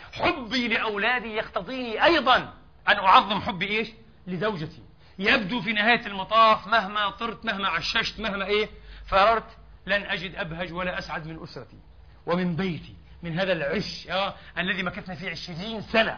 حبي لأولادي يقتضيني أيضا أن أعظم حبي إيش؟ لزوجتي. يبدو في نهاية المطاف مهما طرت، مهما عششت، مهما إيه فررت، لن أجد أبهج ولا أسعد من أسرتي ومن بيتي، من هذا العش آه الذي مكثنا فيه عشرين سنة.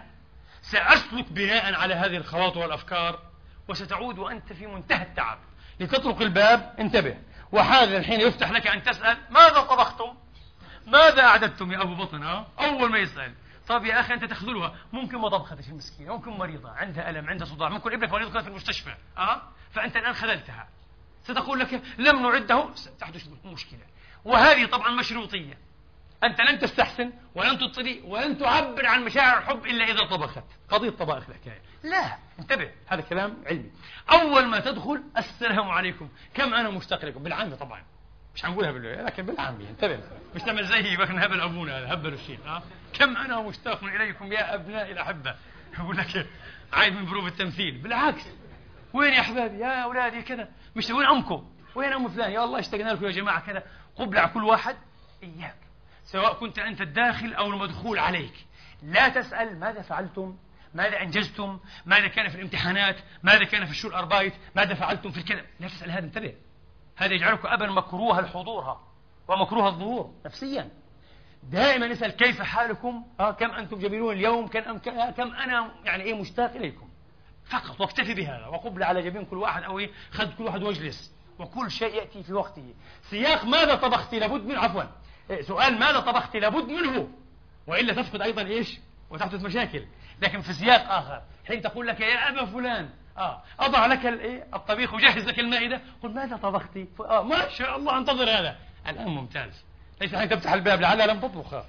سأسلك بناء على هذه الخواطر والأفكار، وستعود وأنت في منتهى التعب لتطرق الباب. انتبه وحاذر حين يفتح لك أن تسأل ماذا طبختم؟ ماذا أعددتم يا أبو بطن؟ آه؟ أول ما يسأل طب يا أخي أنت تخذلها، ممكن ما طبختش المسكينة، ممكن مريضة عندها ألم، عندها صداع، ممكن ابنك مريض كان في المستشفى أه؟ فأنت الآن خذلتها. ستقول لك لم نعده، ستحدث مشكلة. وهذه طبعا مشروطية، أنت لن تستحسن ولن تطري ولن تعبر عن مشاعر الحب إلا إذا طبخت. قضية طبائخ الحكاية لا، انتبه هذا كلام علمي. أول ما تدخل السلام عليكم، كم أنا مشتاق لكم، بالعامي طبعا مش هنقولها بالله لكن بالعامي، انتبه مش تعمل زيي بكن هبل أبونا هذا هبل الشيء أه؟ كم أنا مشتاق إليكم يا أبنائي الأحبة. يقول لك عايد من بروف التمثيل، بالعكس وين يا أحبابي يا أولادي كذا، مش وين أمكم، وين أم فلان، يا الله اشتقنا لكم يا جماعة كذا. قبل على كل واحد إياك، سواء كنت أنت الداخل أو المدخول عليك، لا تسأل ماذا فعلتم، ماذا أنجزتم، ماذا كان في الامتحانات، ماذا كان في الشؤون الأربايت، ماذا فعلتم في الكذا. لا تسأل هذا، انتبه هذا يجعلك أبا مكروه الحضورها ومكروه الظهور نفسيا. دائما نسأل كيف حالكم آه كم أنتم جميلون اليوم، كم, كم أنا يعني إيه مشتاق إليكم فقط، واكتفي بهذا. وقبل على جبين كل واحد أو إيه خذ كل واحد واجلس، وكل شيء يأتي في وقته. سياق ماذا طبخت لابد منه، عفوا إيه سؤال ماذا طبخت لابد منه، وإلا تفقد أيضا إيش وتحدث مشاكل. لكن في سياق آخر حين تقول لك يا أبا فلان آه أضع لك الطبيخ وجهز لك المائدة، قل ماذا طبختي؟ آه ما شاء الله انتظر هذا الآن ممتاز، ليس حين تفتح الباب لعلها لم تطبخ. آه.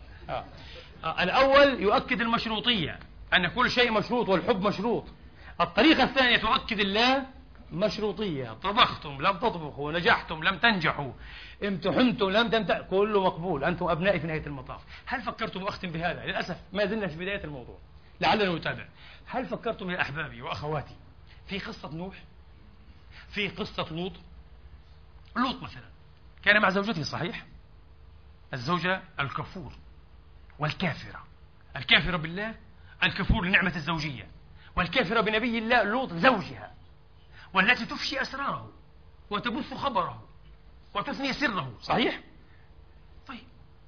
آه. الأول يؤكد المشروطية، أن كل شيء مشروط والحب مشروط. الطريقة الثانية تؤكد الله مشروطية، طبختم لم تطبخوا، نجحتم لم تنجحوا، امتحنتم لم تمتحنوا، كله مقبول، أنتم أبنائي في نهاية المطاف. هل فكرتم، وأختم بهذا للأسف ما زلنا في بداية الموضوع لعلنا نتابع، هل فكرتم يا أحبابي وأخواتي في قصة نوح، في قصة لوط؟ لوط مثلا كان مع زوجته صحيح، الزوجة الكفور والكافرة، الكافرة بالله، الكفور لنعمة الزوجية، والكافرة بنبي الله لوط زوجها، والتي تفشي أسراره وتبث خبره وتثني سره. صحيح؟ طيب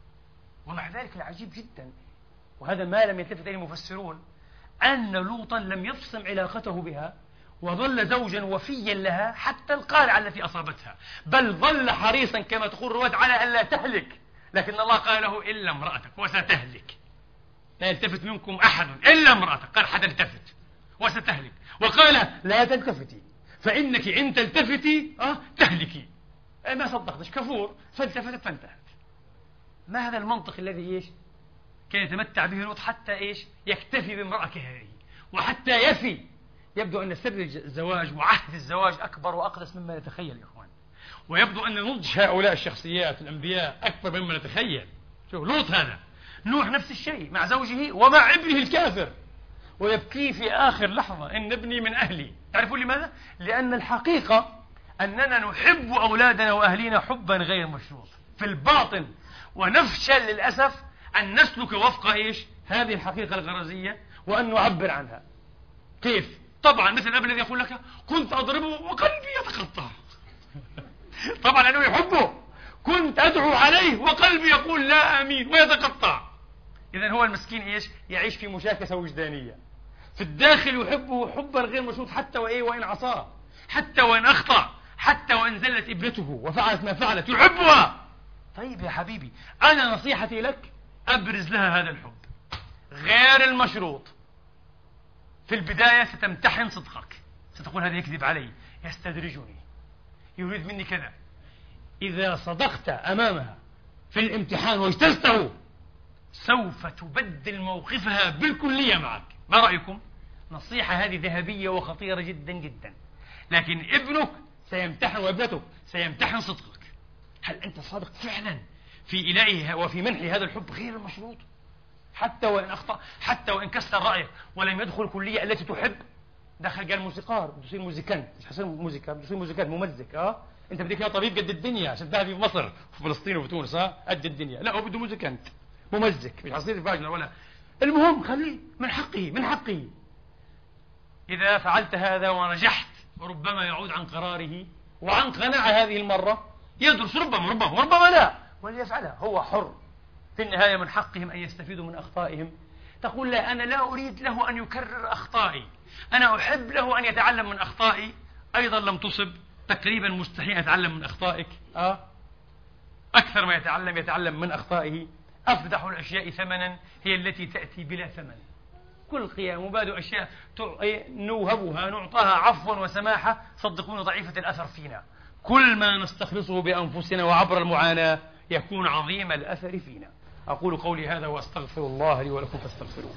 ومع ذلك العجيب جدا، وهذا ما لم يلتفت إليه المفسرون، أن لوطا لم يفصم علاقته بها وظل زوجا وفيا لها حتى القارعة التي أصابتها، بل ظل حريصا كما تقول الرواية على أن لا تهلك، لكن الله قال له إلا امرأتك وستهلك. لا يلتفت منكم أحد إلا امرأتك، قال حتى التفت وستهلك، وقال لا تلتفتي فإنك إن تلتفتي أه تهلكي. ما صدقتش كفور فالتفتت فانتهت. ما هذا المنطق الذي إيش كان يتمتع به لوط حتى إيش يكتفي بامرأة كهذه وحتى يفي؟ يبدو أن سر الزواج وعهد الزواج أكبر وأقدس مما نتخيل يا إخوان، ويبدو أن نضج هؤلاء الشخصيات الأنبياء أكبر مما نتخيل. شوف لوط هذا، نوح نفس الشيء مع زوجه ومع ابنه الكافر، ويبكي في آخر لحظة إن ابني من أهلي. تعرفون لماذا؟ لأن الحقيقة أننا نحب أولادنا وأهلينا حبا غير مشروط في الباطن، ونفشل للأسف أن نسلك وفق إيش هذه الحقيقة الغرزية وأن نعبر عنها. كيف؟ طبعا مثل الأب الذي يقول لك كنت أضربه وقلبي يتقطع طبعا لأنه يحبه. كنت أدعو عليه وقلبي يقول لا آمين ويتقطع. إذن هو المسكين إيش يعيش في مشاكسة وجدانية، في الداخل يحبه حبا غير مشروط حتى وإيه وإن عصاه، حتى وإن أخطأ، حتى وإن زلت ابنته وفعلت ما فعلت يحبها. طيب يا حبيبي، أنا نصيحتي لك أبرز لها هذا الحب غير المشروط. في البداية ستمتحن صدقك، ستقول هذا يكذب علي، يستدرجني، يريد مني كذا. إذا صدقت أمامها في الامتحان واجتزته سوف تبدل موقفها بالكلية معك. ما رأيكم؟ نصيحة هذه ذهبية وخطيرة جدا جدا. لكن ابنك سيمتحن وابنتك سيمتحن صدقك. هل أنت صادق فعلا في إلائه وفي منح هذا الحب غير المشروط حتى وإن أخطأ، حتى وإن كسر رأيك ولم يدخل الكلية التي تحب؟ دخل قال موسيقار بده يصير موزيكانت، مش حيصير موسيقار بده يصير موزيكانت ممزك. اه انت بدك يا طبيب قد الدنيا عشان تذهب في مصر وفي فلسطين وفي تونس اه قد الدنيا. لا هو بده موزيكانت ممزك، مش حيصير فاجنر ولا. المهم خليه من حقه من حقه. إذا فعلت هذا ونجحت وربما يعود عن قراره وعن قناعة هذه المرة، يدرس ربما ربما وربما لا، وليفعلها هو حر. في النهاية من حقهم أن يستفيدوا من أخطائهم. تقول لا أنا لا أريد له أن يكرر أخطائي، أنا أحب له أن يتعلم من أخطائي. أيضا لم تصب، تقريبا مستحيل يتعلم من أخطائك. أه؟ أكثر ما يتعلم يتعلم من أخطائه. أفدح الأشياء ثمنا هي التي تأتي بلا ثمن. كل قيام مبادئ أشياء نوهبها نعطاها عفوا وسماحة، صدقوني ضعيفة الأثر فينا. كل ما نستخلصه بأنفسنا وعبر المعاناة يكون عظيم الأثر فينا. أقول قولي هذا وأستغفر الله لي ولكم فاستغفروه.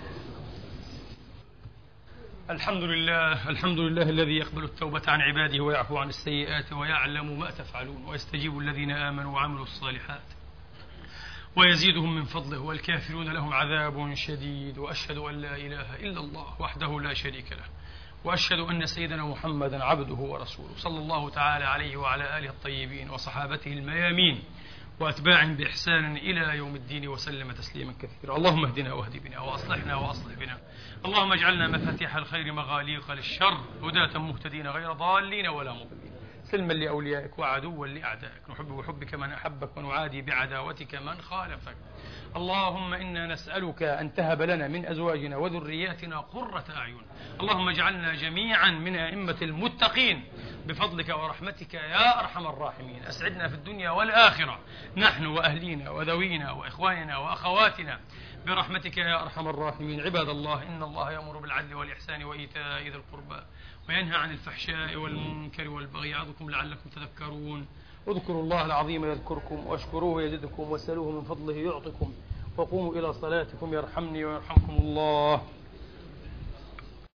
الحمد لله الحمد لله الذي يقبل التوبة عن عباده ويعفو عن السيئات ويعلم ما تفعلون ويستجيب الذين آمنوا وعملوا الصالحات ويزيدهم من فضله والكافرون لهم عذاب شديد. وأشهد أن لا إله إلا الله وحده لا شريك له، وأشهد أن سيدنا محمدا عبده ورسوله صلى الله تعالى عليه وعلى آله الطيبين وصحابته الميامين وأتباعهم بإحسان إلى يوم الدين وسلم تسليما كثيرا. اللهم اهدنا واهد بنا وأصلحنا وأصلح بنا. اللهم اجعلنا مفاتيح الخير مغاليق للشر، هداة مهتدين غير ضالين ولا مضلين، سلما لأوليائك وعدوا لأعدائك، نحب بحبك من أحبك ونعادي بعداوتك من خالفك. اللهم إنا نسألك أن تهب لنا من أزواجنا وذرياتنا قرة أعين. اللهم اجعلنا جميعا من أئمة المتقين بفضلك ورحمتك يا أرحم الراحمين. أسعدنا في الدنيا والآخرة نحن وأهلينا وذوينا وإخواننا وأخواتنا برحمتك يا أرحم الراحمين. عباد الله، إن الله يأمر بالعدل والإحسان وإيتاء ذي القربى وينهى عن الفحشاء والمنكر والبغي يعظكم لعلكم تذكرون. اذكروا الله العظيم يذكركم واشكروه يزدكم واسألوه من فضله يعطكم وقوموا إلى صلاتكم يرحمني ويرحمكم الله.